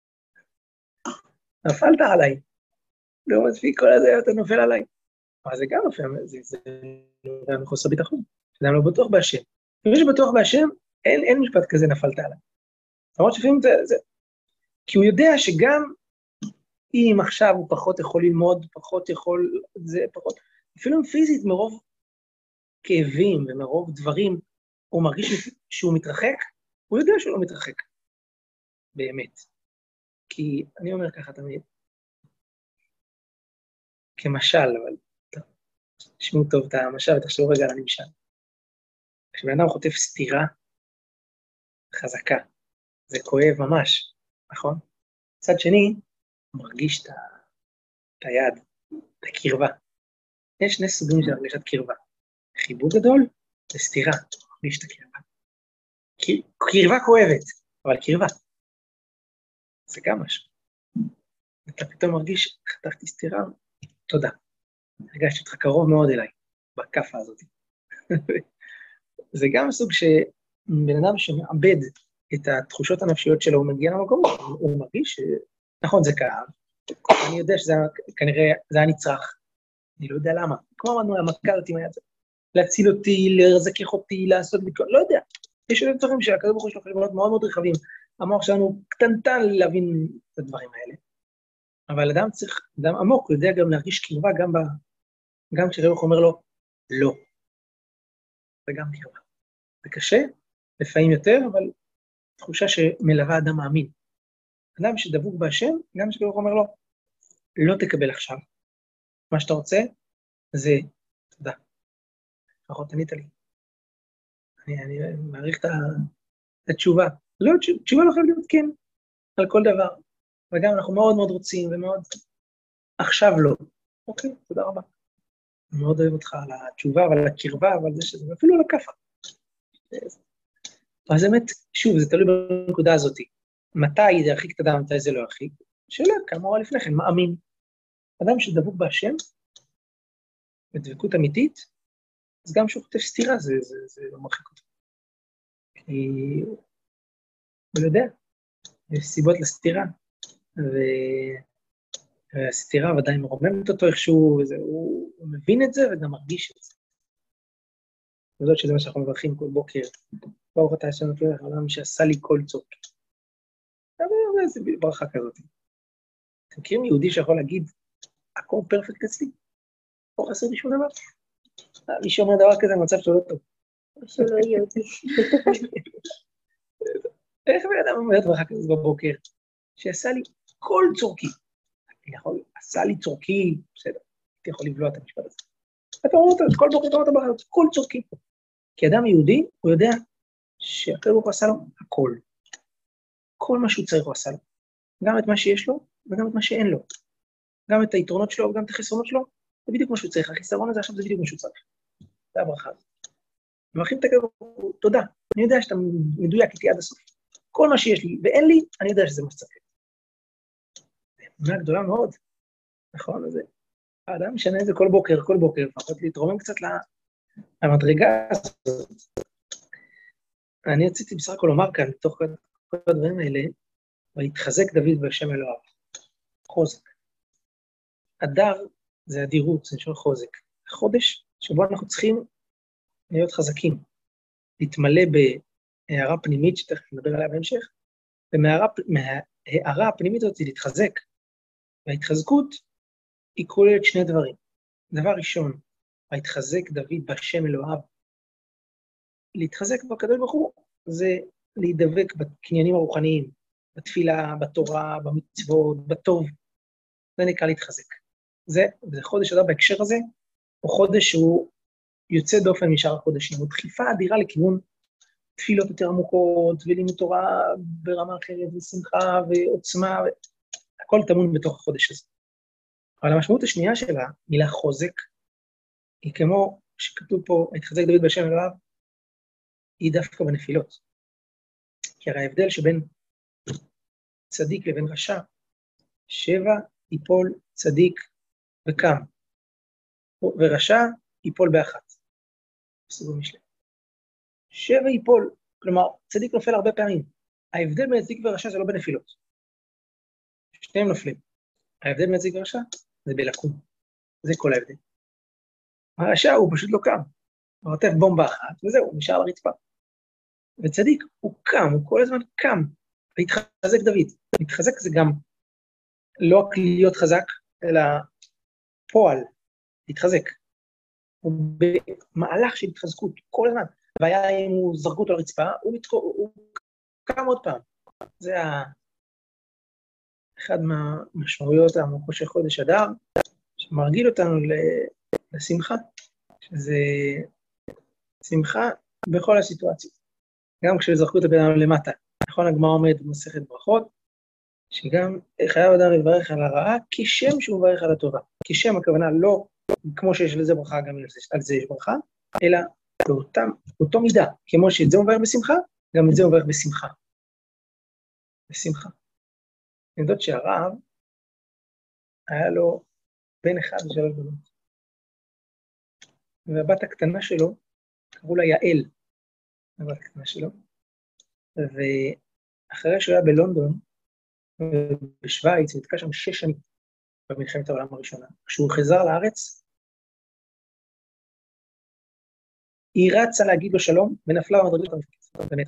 נפלת עליי. לא מספיק כל הזה, אתה נופל עליי. אבל זה גם נופל, זה, זה נובע מחוסר ביטחון. אדם לא בטוח בהשם. ומי שבטוח בהשם, אין, אין משפט כזה נפלת עליי. למרות שפעמים זה, זה, כי הוא יודע שגם אם עכשיו הוא פחות יכול ללמוד, פחות יכול, זה פחות, אפילו אם פיזית מרוב כאבים ומרוב דברים, הוא מרגיש שהוא מתרחק, הוא יודע שהוא לא מתרחק, באמת. כי אני אומר ככה תמיד, כמשל, אבל תשמעו טוב את המשל ותחשבו רגע על הנמשל. כשבן אדם חוטף סתירה חזקה, זה כואב ממש, נכון? מצד שני, הוא מרגיש את היד, את הקרבה. יש שני סוגים של הרגשת קרבה. חיבוק גדול וסתירה, מרגיש את הקרבה. קרבה כואבת, אבל קרבה. זה גם משהו. אתה פתאום מרגיש, חטפתי סתירה, תודה. הרגשתי אותך קרוב מאוד אליי, בכפה הזאת. זה גם סוג שבן אדם שמאבד את התחושות הנפשיות שלו, הוא מגיע למקום, הוא מרגיש, נכון, זה כאב. אני יודע שזה כנראה, זה היה נצרך. אני לא יודע למה. כמו אמרנו, המכה אותי מהיד, להציל אותי, לזכך אותי, לעשות ביקור, לא יודע. יש עוד דברים שהכזה ברוך הוא יש לו חשבונות מאוד מאוד רחבים. המוח שלנו קטנטן להבין את הדברים האלה. אבל אדם צריך, אדם עמוק, הוא יודע גם להרגיש קרבה, גם, ב, גם כשרוח אומר לו, לא. זה גם קרבה. זה קשה, לפעמים יותר, אבל תחושה שמלווה אדם מאמין. אדם שדבוק בהשם, גם כשרוח אומר לו, לא תקבל עכשיו. מה שאתה רוצה, זה, תודה. לפחות ענית לי. אני, אני מעריך את התשובה. לא, תשובה לא חייב להיות כן, על כל דבר. וגם אנחנו מאוד מאוד רוצים, ומאוד, עכשיו לא. אוקיי, תודה רבה. אני מאוד אוהב אותך על התשובה, ועל הקרבה, ועל זה שזה, ואפילו על הכפה. אז באמת, שוב, זה תלוי בנקודה הזאת. מתי זה ירחיק את אדם, מתי זה לא ירחיק? שאלה, כמה הורה לפני כן, מאמין. אדם שדבוק בהשם, בדבקות אמיתית, אז גם שהוא חוטף סתירה, זה, זה, זה לא מרחיק אותו. כי הוא יודע, יש סיבות לסתירה, והסתירה ודאי מרוממת אותו איכשהו, וזה, הוא, הוא מבין את זה וגם מרגיש את זה. אני יודעת שזה מה שאנחנו מברכים כל בוקר, ברוך אתה השם לפני העולם שעשה לי כל צוק. אבל איזה ברכה כזאת. אתם מכירים יהודי שיכול להגיד, הכל פרפקט אצלי? לא חסר לי שום דבר? מי שאומר דבר כזה, מצב שלא טוב. שהוא לא יהודי. איך בן אדם אומר ברכה כזאת בבוקר? שעשה לי כל צורכי. אני יכול, עשה לי צורכי, בסדר, הייתי יכול לבלוע את המשפט הזה. אתה אומר אותו, כל בוקר אתה אומר את הברכה, כל צורכי. כי אדם יהודי, הוא יודע שהקדוש ברוך הוא עשה לו הכל. כל מה שהוא צריך הוא עשה לו. גם את מה שיש לו, וגם את מה שאין לו. גם את היתרונות שלו, וגם את החסרונות שלו, זה בדיוק מה שהוא צריך. החיסרון הזה עכשיו זה בדיוק מה שהוא צריך. זה הברכה הזאת. ומאחים את הקדוש ברוך הוא, תודה. אני יודע שאתה מדויק איתי עד הסוף. כל מה שיש לי, ואין לי, אני יודע שזה מה שצריך. אמונה גדולה מאוד, נכון? אז האדם משנה את זה כל בוקר, כל בוקר, לפחות להתרומם קצת למדרגה הזאת. אני רציתי בסך הכל לומר כאן, בתוך כל הדברים האלה, והתחזק דוד בשם אלוהיו. חוזק. אדר זה אדירות, זה נשמע חוזק. חודש שבו אנחנו צריכים להיות חזקים, להתמלא בהערה פנימית, שתכף נדבר עליה בהמשך, ומההערה הפנימית הזאת להתחזק. וההתחזקות היא כוללת שני דברים. דבר ראשון, ההתחזק דוד בשם אלוהיו. להתחזק בקדוש ברוך הוא זה להידבק בקניינים הרוחניים, בתפילה, בתורה, במצוות, בטוב. זה נקרא להתחזק. זה, וזה חודש אדם בהקשר הזה, הוא חודש שהוא יוצא דופן משאר החודשים, הוא דחיפה אדירה לכיוון תפילות יותר עמוקות, ולימוד תורה ברמה אחרת, ושמחה ועוצמה, ו... הכל טמון בתוך החודש הזה. אבל המשמעות השנייה של המילה חוזק, היא כמו שכתוב פה, התחזק דוד בשם אלוהיו, היא דווקא בנפילות. כי הרי ההבדל שבין צדיק לבין רשע, שבע ייפול צדיק וקם, ורשע ייפול באחת. בסוגו משלי. שבע ייפול, כלומר, צדיק נופל הרבה פעמים. ההבדל בין צדיק ורשע זה לא בנפילות. שניהם נופלים. ההבדל בין צדיק ורשע זה בלקום. זה כל ההבדל. הרשע הוא פשוט לא קם. הוא נוטף בומבה אחת, וזהו, הוא נשאר על הרצפה. וצדיק הוא קם, הוא כל הזמן קם. והתחזק דוד. להתחזק זה גם לא רק להיות חזק, אלא פועל, להתחזק. הוא במהלך של התחזקות כל הזמן. והיה אם הוא זרקו אותו לרצפה, הוא, מתח... הוא קם עוד פעם. זה ה... אחד מהמשמעויות העמוקות של חודש אדר, שמרגיל אותנו לשמחה, שזה שמחה בכל הסיטואציות. גם כשזרקו את הבן אדם למטה. נכון, הגמרא אומרת במסכת ברכות, שגם חייב אדם לברך על הרעה, כשם שהוא מברך על הטובה. כשם הכוונה לא כמו שיש לזה ברכה, גם על זה יש ברכה, אלא באותם, באותו מידה, כמו שאת זה הוא מברך בשמחה, גם את זה הוא מברך בשמחה. בשמחה. אני יודעת שהרב, היה לו בן אחד ושלוש בנות. והבת הקטנה שלו, קראו לה יעל, הבת הקטנה שלו, ואחרי שהוא היה בלונדון, בשוויץ, הוא התקע שם שש שנים במלחמת העולם הראשונה. כשהוא חזר לארץ, היא רצה להגיד לו שלום, ונפלה במדרגות המפקדת, ומתה.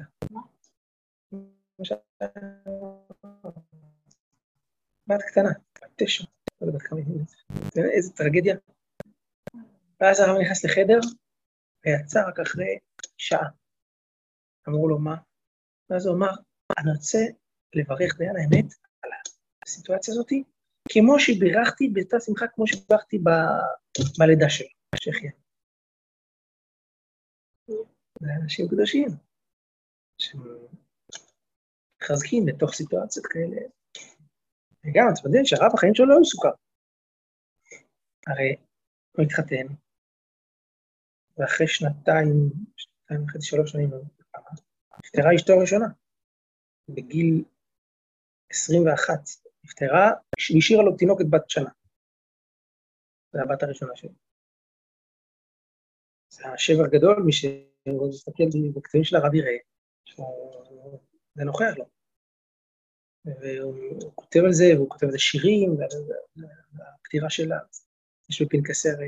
בת קטנה, בת תשע, לא יודעת כמה היא, איזה טרגדיה. ואז הרב נכנס לחדר, ויצא רק אחרי שעה. אמרו לו מה? ואז הוא אמר, אני רוצה לברך דיין האמת על הסיטואציה הזאת, כמו שבירכתי באותה שמחה, כמו שבירכתי בלידה שלו, שחיה. זה אנשים קדושים, שמחזקים בתוך סיטואציות כאלה. וגם, אתה יודע שהרב החיים שלו לא היו סוכר. הרי הוא התחתן, ואחרי שנתיים, שנתיים וחצי, שלוש שנים, נפטרה אשתו הראשונה, בגיל עשרים ואחת, נפטרה, והשאירה לו תינוקת בת שנה. זו הבת הראשונה שלו. זה השבר גדול, מי שמסתכל בקטעים של הרב יראה, זה נוכח לו. והוא כותב על זה, והוא כותב על זה שירים, והפטירה שלה, יש בפנקסי הרי.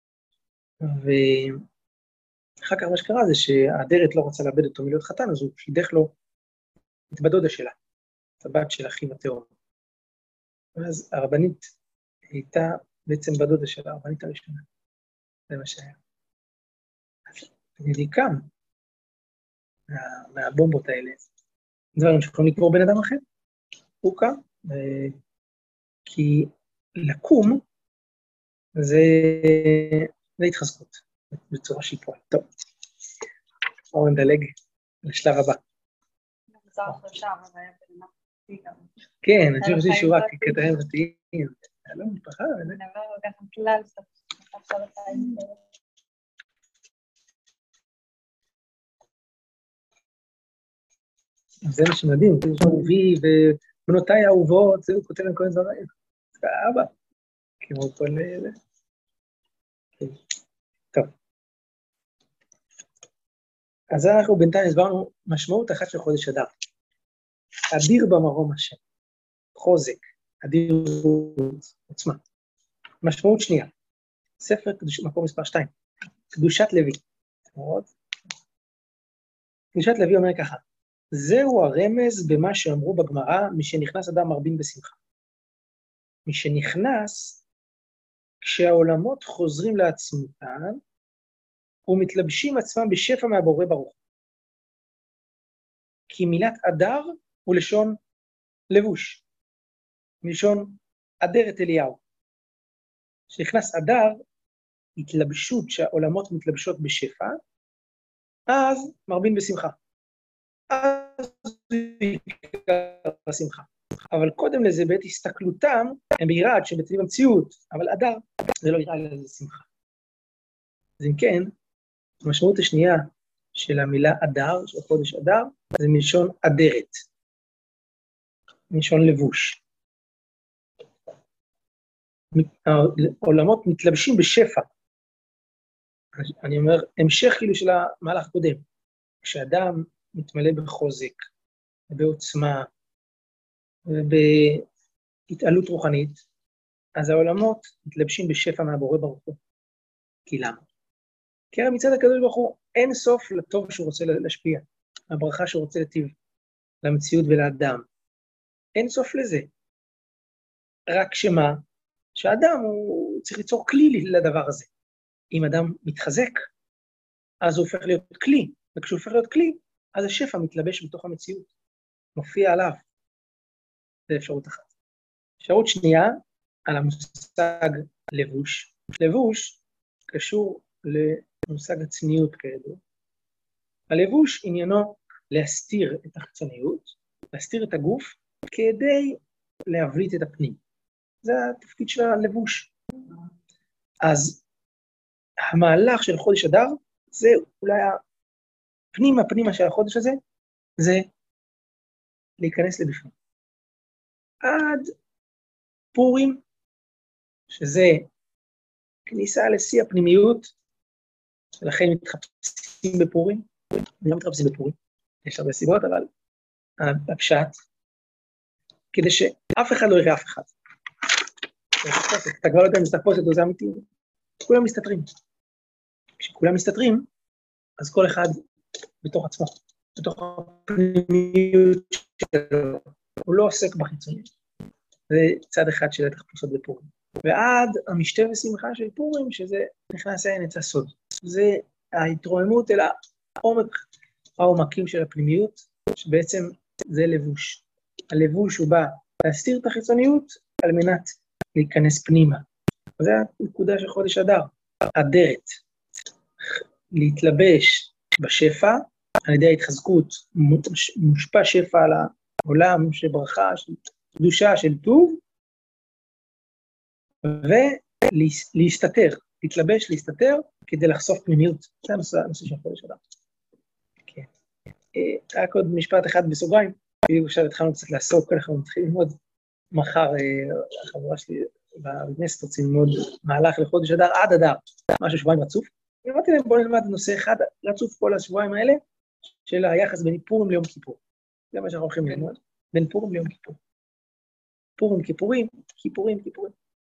ואחר כך מה שקרה זה שהאדרת לא רצה לאבד אותו מלהיות חתן, אז הוא שידך לו את בדודה שלה, את הבת של אחיו התאום. ואז הרבנית הייתה בעצם בדודה שלה, הרבנית הראשונה. זה מה שהיה. אני קם מה, מהבומבות האלה, דברים שיכולים לקבור בן אדם אחר. הוא קם, כי לקום זה, זה התחזקות, בצורה שהיא פועל. טוב, בואו נדלג לשלב הבא. כן, אני חושב שזה שהוא רק קטעים ותיים. לא משפחה, אבל... אני אומר, גם כלל, זה מה שמדהים, זה אהובי ובנותיי האהובות, זה הוא כותב עם כל דברים. זה אבא, כמו כל אלה. טוב. אז אנחנו בינתיים הסברנו משמעות אחת של חודש אדר. אדיר במרום השם, חוזק, אדיר עוצמה. משמעות שנייה, ספר קדוש, מקור מספר שתיים, קדושת לוי. קדושת לוי אומר ככה, זהו הרמז במה שאמרו בגמרא, מי שנכנס אדם מרבין בשמחה. מי שנכנס, כשהעולמות חוזרים לעצמותן, ומתלבשים עצמם בשפע מהבורא ברוך. כי מילת אדר הוא לשון לבוש, מלשון אדרת אליהו. כשנכנס אדר, התלבשות שהעולמות מתלבשות בשפע, אז מרבין בשמחה. אז יקרה בשמחה. אבל קודם לזה, בעת הסתכלותם, הם ביראת שבצליב המציאות, אבל אדר זה לא יראה לזה שמחה. אז אם כן, המשמעות השנייה של המילה אדר, של חודש אדר, זה מלשון אדרת, מלשון לבוש. העולמות מתלבשים בשפע. אני אומר, המשך כאילו של המהלך קודם, כשאדם מתמלא בחוזק, בעוצמה, ובהתעלות רוחנית, אז העולמות מתלבשים בשפע מהבורא ברוך הוא. כי למה? כי הרי מצד הקדוש ברוך הוא אין סוף לטוב שהוא רוצה להשפיע, הברכה שהוא רוצה לטיב. למציאות ולאדם. אין סוף לזה. רק שמה? שהאדם הוא צריך ליצור כלי לדבר הזה. אם אדם מתחזק, אז הוא הופך להיות כלי, וכשהוא הופך להיות כלי, אז השפע מתלבש בתוך המציאות, מופיע עליו. זה אפשרות אחת. אפשרות שנייה, על המושג לבוש. לבוש קשור למושג הצניעות כידוע. הלבוש עניינו להסתיר את החיצוניות, להסתיר את הגוף, כדי להבליט את הפנים. זה התפקיד של הלבוש. אז המהלך של חודש אדר, זה אולי הפנימה, הפנימה של החודש הזה, זה להיכנס לבפנים. עד פורים, שזה כניסה לשיא הפנימיות, ולכן מתחפשים בפורים, לא מתחפשים בפורים, יש הרבה סיבות, אבל הפשט, כדי שאף אחד לא יראה אף אחד. אתה כבר לא יודע אם זה תחפושת או זה אמיתי, כולם מסתתרים. כשכולם מסתתרים, אז כל אחד בתוך עצמו, בתוך הפנימיות שלו, הוא לא עוסק בחיצוניות. זה צד אחד של התחפושות בפורים. ועד המשתה ושמחה של פורים, שזה נכנס לעין את הסוד. זה ההתרוממות אל העומק, העומקים של הפנימיות, שבעצם זה לבוש. הלבוש הוא בא להסתיר את החיצוניות, על מנת להיכנס פנימה. זה הנקודה של חודש אדר, אדרת. להתלבש בשפע, על ידי ההתחזקות, מושפע שפע על העולם של ברכה, של קדושה, של טוב, ולהסתתר, להתלבש, להסתתר, כדי לחשוף פנימיות. זה הנושא, הנושא של חודש אדר. כן. רק עוד משפט אחד בסוגריים, כאילו עכשיו התחלנו קצת לעסוק, אנחנו מתחילים ללמוד מחר, החבורה שלי בכנסת רוצים ללמוד מהלך לחודש אדר, עד אדר, משהו שבועיים רצוף. אמרתי להם, בואו נלמד נושא אחד רצוף כל השבועיים האלה, של היחס בין פורים ליום כיפור. זה מה שאנחנו הולכים ללמוד, בין פורים ליום כיפור. פורים, כיפורים, כיפורים, כיפורים.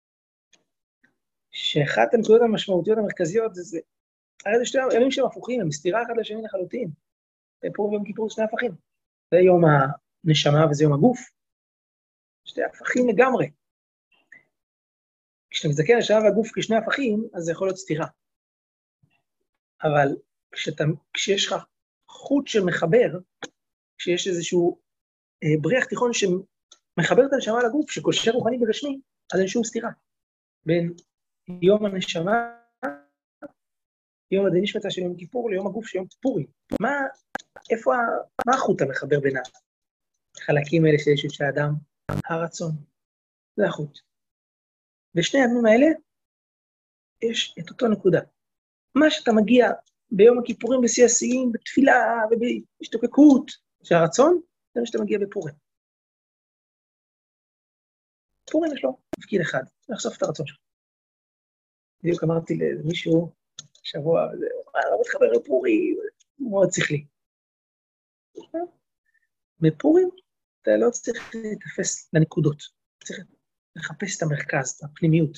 שאחת הנקודות המשמעותיות המרכזיות זה זה, הרי זה שתי ימים שהם הפוכים, הם מסתירה אחד לשני לחלוטין. פורים ויום כיפור שני הפכים. זה יום הנשמה וזה יום הגוף. שתי הפכים לגמרי. כשאתה מזדקר הנשמה והגוף כשני הפכים, אז זה יכול להיות סתירה. אבל כשאתה, כשיש לך חוט שמחבר, כשיש איזשהו אה, בריח תיכון שמחבר את הנשמה לגוף, שקושר רוחני וגשמי, אז אין שום סתירה. בין יום הנשמה, יום הדנשמתה של יום כיפור, ליום הגוף של יום פורים. מה, איפה, מה החוט המחבר בין החלקים האלה שיש של האדם? הרצון. זה החוט. ושני הימים האלה, יש את אותו נקודה. מה שאתה מגיע ביום הכיפורים בשיא השיאים, בתפילה ובהשתוקקות של הרצון, זה מה שאתה מגיע בפורים. פורים יש לו תפקיד אחד, לחשוף את הרצון שלך. בדיוק אמרתי למישהו שבוע, לא מתחבר לפורים, מאוד שכלי. בפורים אתה לא צריך להתאפס לנקודות, צריך לחפש את המרכז, את הפנימיות.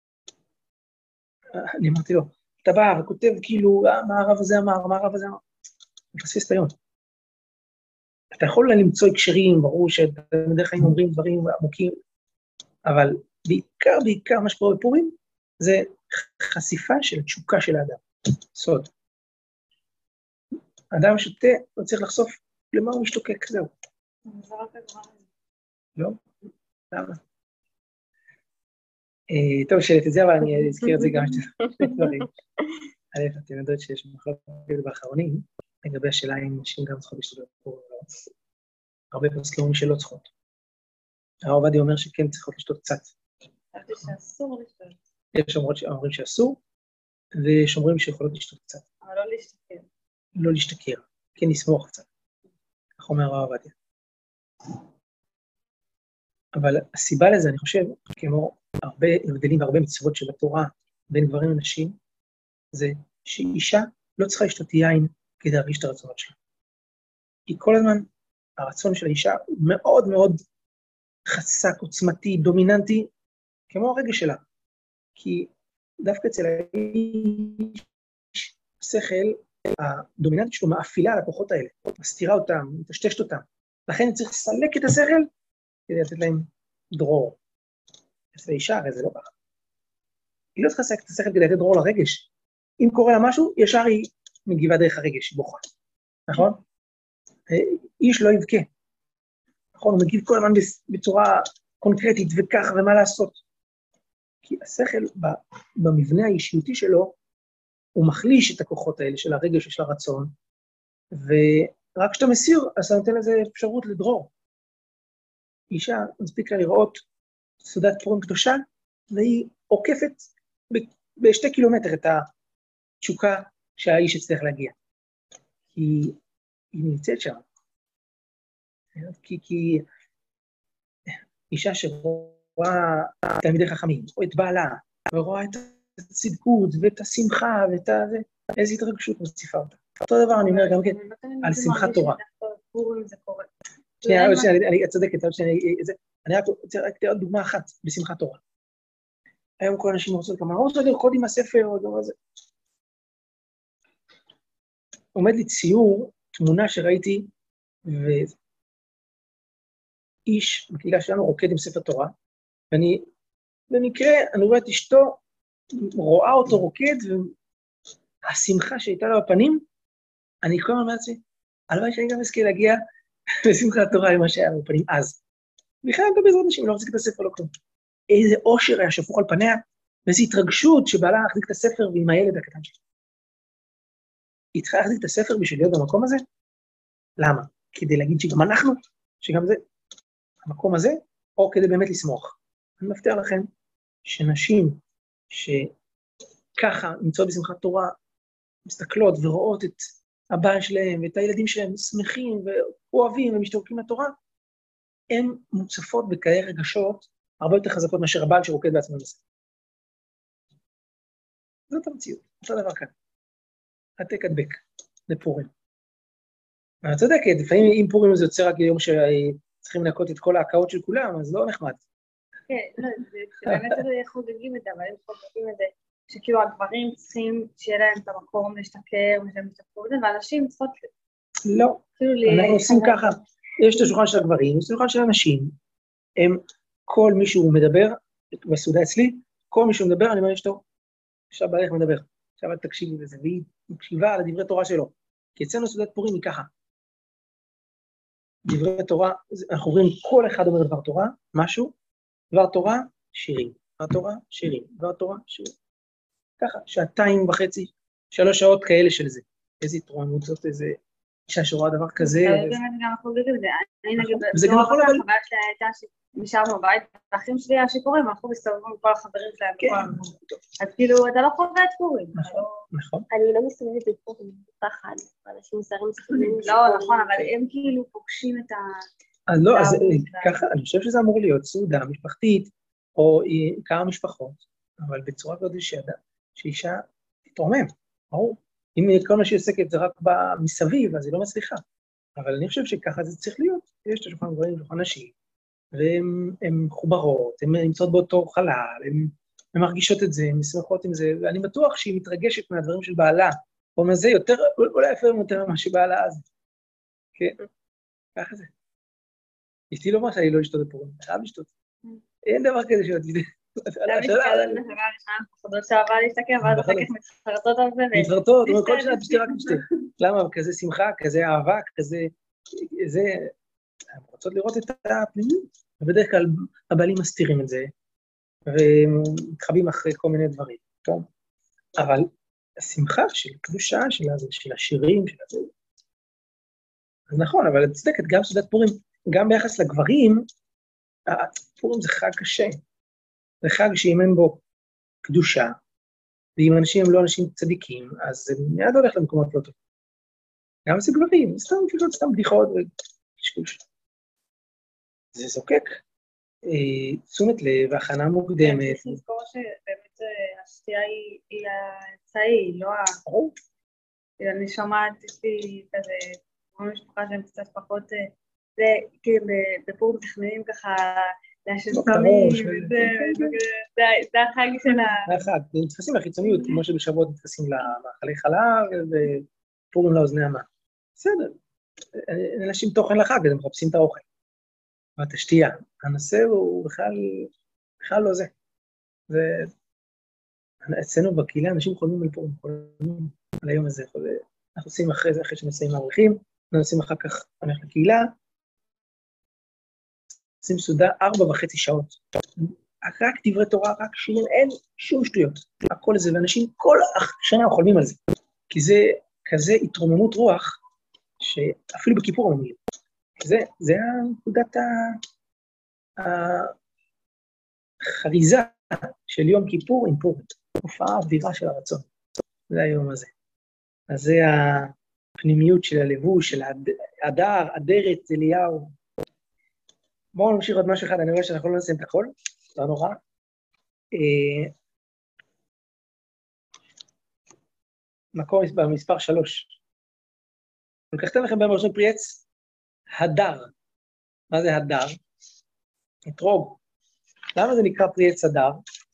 אני אמרתי לו, אתה בא וכותב כאילו, מה הרב הזה אמר, מה הרב הזה אמר, מפספס את היום. אתה יכול למצוא הקשרים, ברור שבדרך כלל אומרים דברים עמוקים, אבל בעיקר, בעיקר מה שקורה בפורים, זה חשיפה של התשוקה של האדם, סוד. האדם שותה, הוא צריך לחשוף למה הוא משתוקק, זהו. זה רק הדבר. לא? למה? טוב, שאלת את זה, אבל אני אזכיר את זה גם שתי דברים. א', אתם יודעות שיש מחלוקת באחרונים, לגבי השאלה אם נשים גם צריכות להשתתף בפורים או לא. הרבה פוסקים שלא צריכות. הרב עובדיה אומר שכן צריכות לשתות קצת. חשבתי שאסור לשתות. יש אומרים שאסור, ויש אומרים שיכולות לשתות קצת. אבל לא להשתכר. לא להשתכר, כן לסמוך קצת. כך אומר הרב עובדיה. אבל הסיבה לזה, אני חושב, כמו הרבה הבדלים והרבה מצוות של התורה בין גברים ונשים, זה שאישה לא צריכה לשתות יין כדי להרגיש את הרצונות שלה. כי כל הזמן הרצון של האישה הוא מאוד מאוד חזק, עוצמתי, דומיננטי, כמו הרגש שלה. כי דווקא אצל האיש, השכל, הדומיננטית שלו מאפילה על הכוחות האלה, מסתירה אותם, מטשטשת אותם. לכן צריך לסלק את השכל, כדי לתת להם דרור. אז לאישה, הרי זה לא ככה. היא לא צריכה לסלק את השכל כדי לתת דרור לרגש. אם קורה לה משהו, ישר היא מגיבה דרך הרגש, היא בוכה. נכון? איש לא יבכה. נכון, הוא מגיב כל הזמן בצורה קונקרטית וכך ומה לעשות. כי השכל במבנה האישיותי שלו, הוא מחליש את הכוחות האלה של הרגש ושל הרצון, ורק כשאתה מסיר, אז אתה נותן לזה אפשרות לדרור. אישה מספיק לה לראות סעודת פורים קדושה, והיא עוקפת בשתי קילומטר את התשוקה שהאיש הצליח להגיע. כי היא נמצאת שם. כי, כי אישה שרואה תלמידי חכמים, או את בעלה, ורואה את הצדקות, ואת השמחה, ואת ה... איזו התרגשות מוסיפה אותה. אותו דבר אני אומר גם כן, על שמחת תורה. שנייה, אני אצדקת, אני רק רוצה רק עוד דוגמה אחת בשמחת תורה. היום כל אנשים רוצות כמה, רוצות לרקוד עם הספר, או דבר הזה. עומד לי ציור, תמונה שראיתי, ואיש בקהילה שלנו רוקד עם ספר תורה, ואני, במקרה, אני רואה את אשתו, רואה אותו רוקד, והשמחה שהייתה לו בפנים, אני כל הזמן אומרת לי, הלוואי שאני גם אזכה להגיע לשמחת תורה למה שהיה לו בפנים אז. בכלל גם בעזרת נשים, לא מחזיק את הספר, לא כלום. איזה אושר היה שפוך על פניה, ואיזו התרגשות שבעלה להחזיק את הספר ועם הילד הקטן שלי. היא צריכה להחזיק את הספר בשביל להיות במקום הזה? למה? כדי להגיד שגם אנחנו, שגם זה, המקום הזה, או כדי באמת לשמוח. אני מבטיח לכם שנשים שככה נמצאות בשמחת תורה, מסתכלות ורואות את הבעל שלהם ואת הילדים שלהם שמחים ואוהבים ומשתוקקים לתורה, הן מוצפות בכאלה רגשות הרבה יותר חזקות מאשר הבעל שרוקד בעצמו בספר. זאת המציאות, אותו דבר כאן. העתק הדבק, לפורים. אני צודקת, לפעמים אם פורים זה יוצא רק יום שצריכים לנקות את כל ההקאות של כולם, אז לא נחמד. כן, לא, באמת זה חוגגים את זה, אבל הם חוגגים את זה, שכאילו הגברים צריכים שיהיה להם את המקום להשתכר, ושהם ישתכרו את זה, ואנשים צריכות... לא, אנחנו עושים ככה, יש את השולחן של הגברים, יש את השולחן של הנשים, הם, כל מישהו מדבר, בסעודה אצלי, כל מישהו מדבר, אני אומר אשתו, עכשיו בערך מדבר, עכשיו את תקשיבי לזה, והיא מקשיבה על הדברי תורה שלו, כי אצלנו סעודת פורים היא ככה, דברי תורה, אנחנו רואים כל אחד אומר דבר תורה, משהו, דבר תורה, שירים, דבר תורה, שירים, דבר תורה, שירים, ככה, שעתיים וחצי, שלוש שעות כאלה של זה, איזה התרוממות זאת, איזה אישה שרואה דבר כזה. זה באמת גם חוגגים את זה, אני נגיד, לא רק החוויה שלה הייתה שנשארנו בבית, האחים שלי היה שיכורים, אנחנו מסתובבים עם כל החברים שלהם, אז כאילו, אתה לא חווה את פורים. נכון. אני לא מסתובבת בפורים, פחד, אנשים זרים סתובבים. לא, נכון, אבל הם כאילו פוגשים את ה... אז לא, אז ככה, אני חושב שזה אמור להיות סעודה משפחתית, או כמה משפחות, אבל בצורה כזאת שאישה תתרומם, ברור. אם כל מה שהיא עוסקת זה רק מסביב, אז היא לא מצליחה. אבל אני חושב שככה זה צריך להיות. יש את השולחן גברים ושולחן נשים, והן מחוברות, הן נמצאות באותו חלל, הן מרגישות את זה, הן משמחות עם זה, ואני בטוח שהיא מתרגשת מהדברים של בעלה, או מזה יותר, אולי אפילו יותר ממה שבעלה אז. כן, ככה זה. אשתי לא מה שאני לא אשתות בפורים, אני חייב לשתות. אין דבר כזה שאת תדע. זה מסתכל על זה, חודות שעבר להסתכל, ואז אחר כך מתחרטות על זה. מתחרטות, כל שנה תשתה רק תשתה. למה? כזה שמחה, כזה אהבה, כזה... זה... הן רוצות לראות את הפנימיות. ובדרך כלל הבעלים מסתירים את זה, ומתחבאים אחרי כל מיני דברים, טוב? אבל השמחה של קדושה, של השירים, של הזה... אז נכון, אבל את צדקת, גם סעודת פורים, גם ביחס לגברים, פורים זה חג קשה. זה חג שאם אין בו קדושה, ואם אנשים הם לא אנשים צדיקים, אז זה מיד הולך למקומות לא טוב. גם זה גברים, סתם פשוט סתם בדיחות וקשקוש. זה זוקק. תשומת לב, הכנה מוקדמת. צריך לזכור שבאמת השתייה היא האמצעי, לא ה... ברור. אני שומעת, יש לי כזה, כמו משפחה שהם קצת פחות, זה כאילו בפורים מתכננים ככה, להשסונים, זה החג של ה... זה החג, נתפסים לחיצוניות, כמו שבשבועות נתפסים למאכלי חלב, ופורים לאוזני המן. בסדר, אנשים תוכן לחג, אז הם מחפשים את האוכל. ואת השתייה. הנושא הוא בכלל, בכלל לא זה. זה... אצלנו בקהילה, אנשים חולמים על פורים, חולמים על היום הזה. אנחנו עושים אחרי זה, אחרי שנסיים מערכים, אנחנו עושים אחר כך, אנחנו לקהילה, עושים סעודה ארבע וחצי שעות. רק דברי תורה, רק שירים, אין שום שטויות. הכל זה, ואנשים כל השנה חולמים על זה. כי זה כזה התרוממות רוח, שאפילו בכיפור אומרים. זה, זה הנקודת החריזה של יום כיפור עם פורים. הופעה אדירה של הרצון. זה היום הזה. אז זה הפנימיות של הלבוש, של הדר, אדרת, אליהו. בואו נמשיך עוד משהו אחד, אני רואה שאנחנו לא נסיים את הכל, לא נורא. מקור מספר שלוש. אני לקחתם לכם בהם ראשון פרי עץ, הדר. מה זה הדר? אתרוג. למה זה נקרא פרי עץ הדר?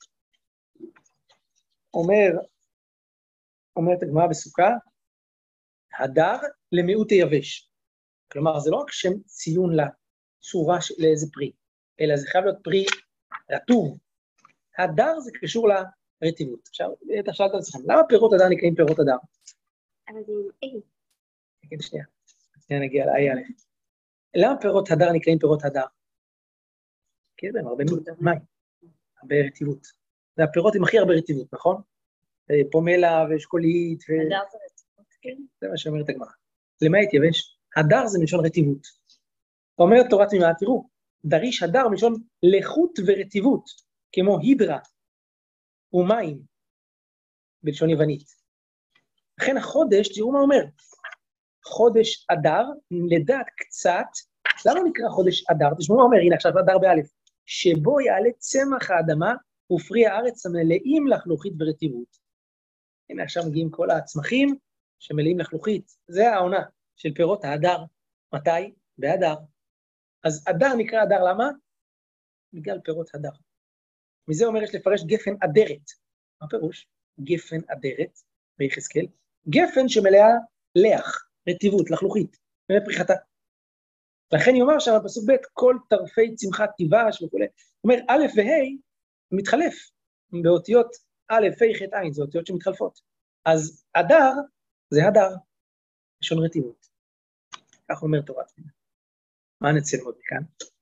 אומר, אומרת הגמרא בסוכה, הדר למיעוט היבש. כלומר, זה לא רק שם ציון לצורה לאיזה פרי, אלא זה חייב להיות פרי רטוב. הדר זה קשור לרטיבות. עכשיו, אתה שאלת על עצמכם, למה פירות הדר נקראים פירות הדר? אבל זה עם אי. כן, שנייה. שנייה נגיע לאי א'. למה פירות הדר נקראים פירות הדר? כי יש בהם הרבה מים, הרבה רטיבות. זה הפירות עם הכי הרבה רטיבות, נכון? פומלה ואשכולית ו... הדר זה רטיבות, כן. זה מה שאומרת הגמרא. למעט יבש, הדר זה מלשון רטיבות. אומרת תורת מימד, תראו, דריש הדר מלשון לחוט ורטיבות, כמו הידרה ומים, בלשון יוונית. לכן החודש, תראו מה אומר, חודש אדר, לדעת קצת, למה נקרא חודש אדר? תשמעו מה אומר, הנה עכשיו אדר באלף, שבו יעלה צמח האדמה ופרי הארץ המלאים לחלוכית ורטיבות. הנה עכשיו מגיעים כל הצמחים שמלאים לחלוכית, זה העונה של פירות האדר. מתי? באדר. אז אדר נקרא אדר, למה? בגלל פירות הדר. מזה אומר יש לפרש גפן אדרת. מה פירוש? גפן אדרת, ביחזקאל, גפן שמלאה לח, רטיבות, לחלוכית, מפריחתה. לכן יאמר שם בפסוק ב' כל טרפי צמחת תיבש וכו'. אומר א' וה' מתחלף באותיות א', ה', ח', ע', זה אותיות שמתחלפות. אז אדר זה הדר, לשון רטיבות. כך אומר תורת מימד. מה נצא ללמוד מכאן?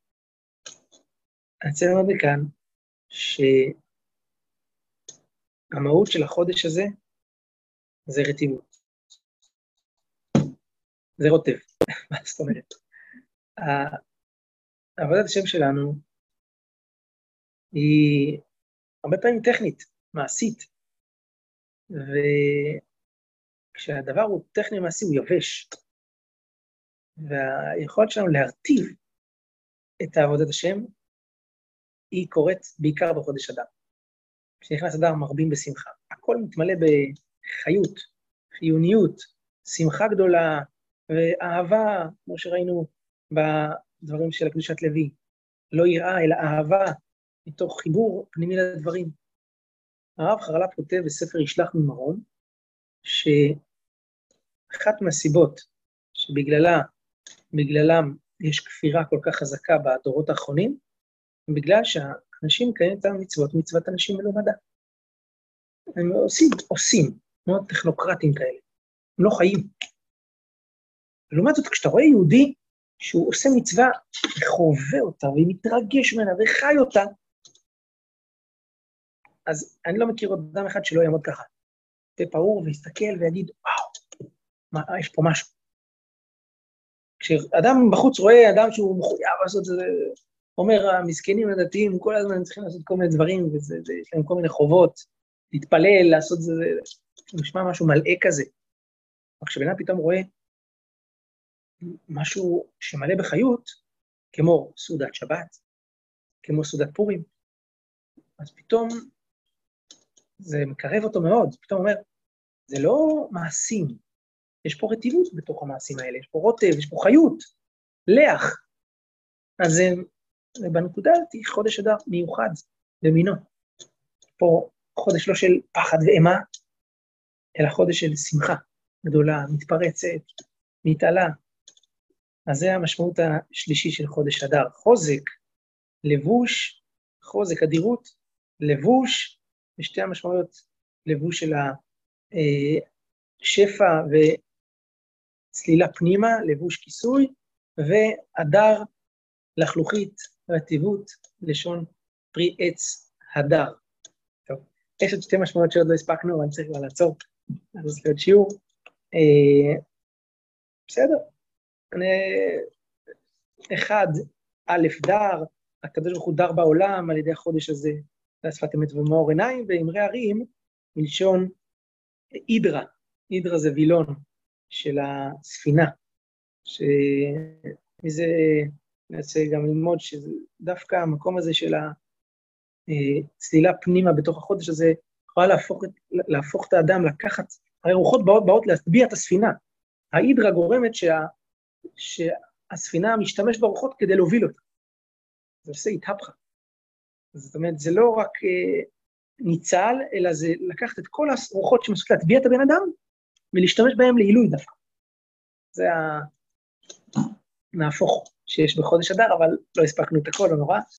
נצא ללמוד מכאן שהמהות של החודש הזה זה רטיבות. זה רוטב. מה זאת אומרת? עבודת השם שלנו היא הרבה פעמים טכנית, מעשית, וכשהדבר הוא טכני מעשי הוא יבש, והיכולת שלנו להרטיב את עבודת השם היא קורית בעיקר בחודש אדר. כשנכנס אדר מרבים בשמחה, הכל מתמלא בחיות, חיוניות, שמחה גדולה ואהבה, כמו שראינו בדברים של הקדושת לוי, לא יראה אלא אהבה, מתוך חיבור פנימי לדברים. הרב חרל"פ כותב בספר ישלח ממרום, שאחת מהסיבות שבגללה, בגללם יש כפירה כל כך חזקה בדורות האחרונים, בגלל שהאנשים מקיימים את המצוות, מצוות אנשים מלומדה. הם עושים, עושים, מאוד טכנוקרטים כאלה, הם לא חיים. ולעומת זאת, כשאתה רואה יהודי שהוא עושה מצווה, וחווה אותה, ומתרגש ממנה, וחי אותה, אז אני לא מכיר עוד אדם אחד שלא יעמוד ככה. תהיה פעור ויסתכל ויגיד, וואו, מה, יש פה משהו. כשאדם בחוץ רואה אדם שהוא מחויב לעשות זה, אומר, המסכנים הדתיים, כל הזמן צריכים לעשות כל מיני דברים, ויש להם כל מיני חובות, להתפלל, לעשות זה, זה נשמע משהו מלא כזה. אבל כשבן פתאום רואה משהו שמלא בחיות, כמו סעודת שבת, כמו סעודת פורים, אז פתאום זה מקרב אותו מאוד, פתאום אומר, זה לא מעשים, יש פה רטיבות בתוך המעשים האלה, יש פה רוטב, יש פה חיות, לח. אז זה, זה בנקודה הזאת חודש אדר מיוחד במינו. פה חודש לא של פחד ואימה, אלא חודש של שמחה גדולה, מתפרצת, מתעלה, אז זה המשמעות השלישי של חודש אדר. חוזק, לבוש, חוזק, אדירות, לבוש, ושתי המשמעויות, לבוש של השפע וצלילה פנימה, לבוש כיסוי, ואדר, לחלוכית, רטיבות, לשון פרי עץ הדר. טוב, יש עוד שתי משמעויות שעוד לא הספקנו, אבל צריך כבר לעצור, אז לעוד שיעור. אה, בסדר. אני, אחד, א' דר, הקדוש ברוך הוא דר בעולם על ידי החודש הזה, לשפת אמת ומאור עיניים, ואמרי הרים, מלשון אידרה, אידרה זה וילון של הספינה, שמזה נעשה גם ללמוד שדווקא המקום הזה של הצלילה פנימה בתוך החודש הזה, יכולה להפוך, להפוך את האדם, לקחת, הרי רוחות באות, באות להטביע את הספינה, האידרה גורמת שה, שהספינה משתמש ברוחות כדי להוביל אותה, זה עושה התהפכה. זאת אומרת, זה לא רק אה, ניצל, אלא זה לקחת את כל הרוחות שמסוגלות להטביע את הבן אדם, ולהשתמש בהם לעילוי דווקא. זה הנהפוך שיש בחודש אדר, אבל לא הספקנו את הכל, לא נורא.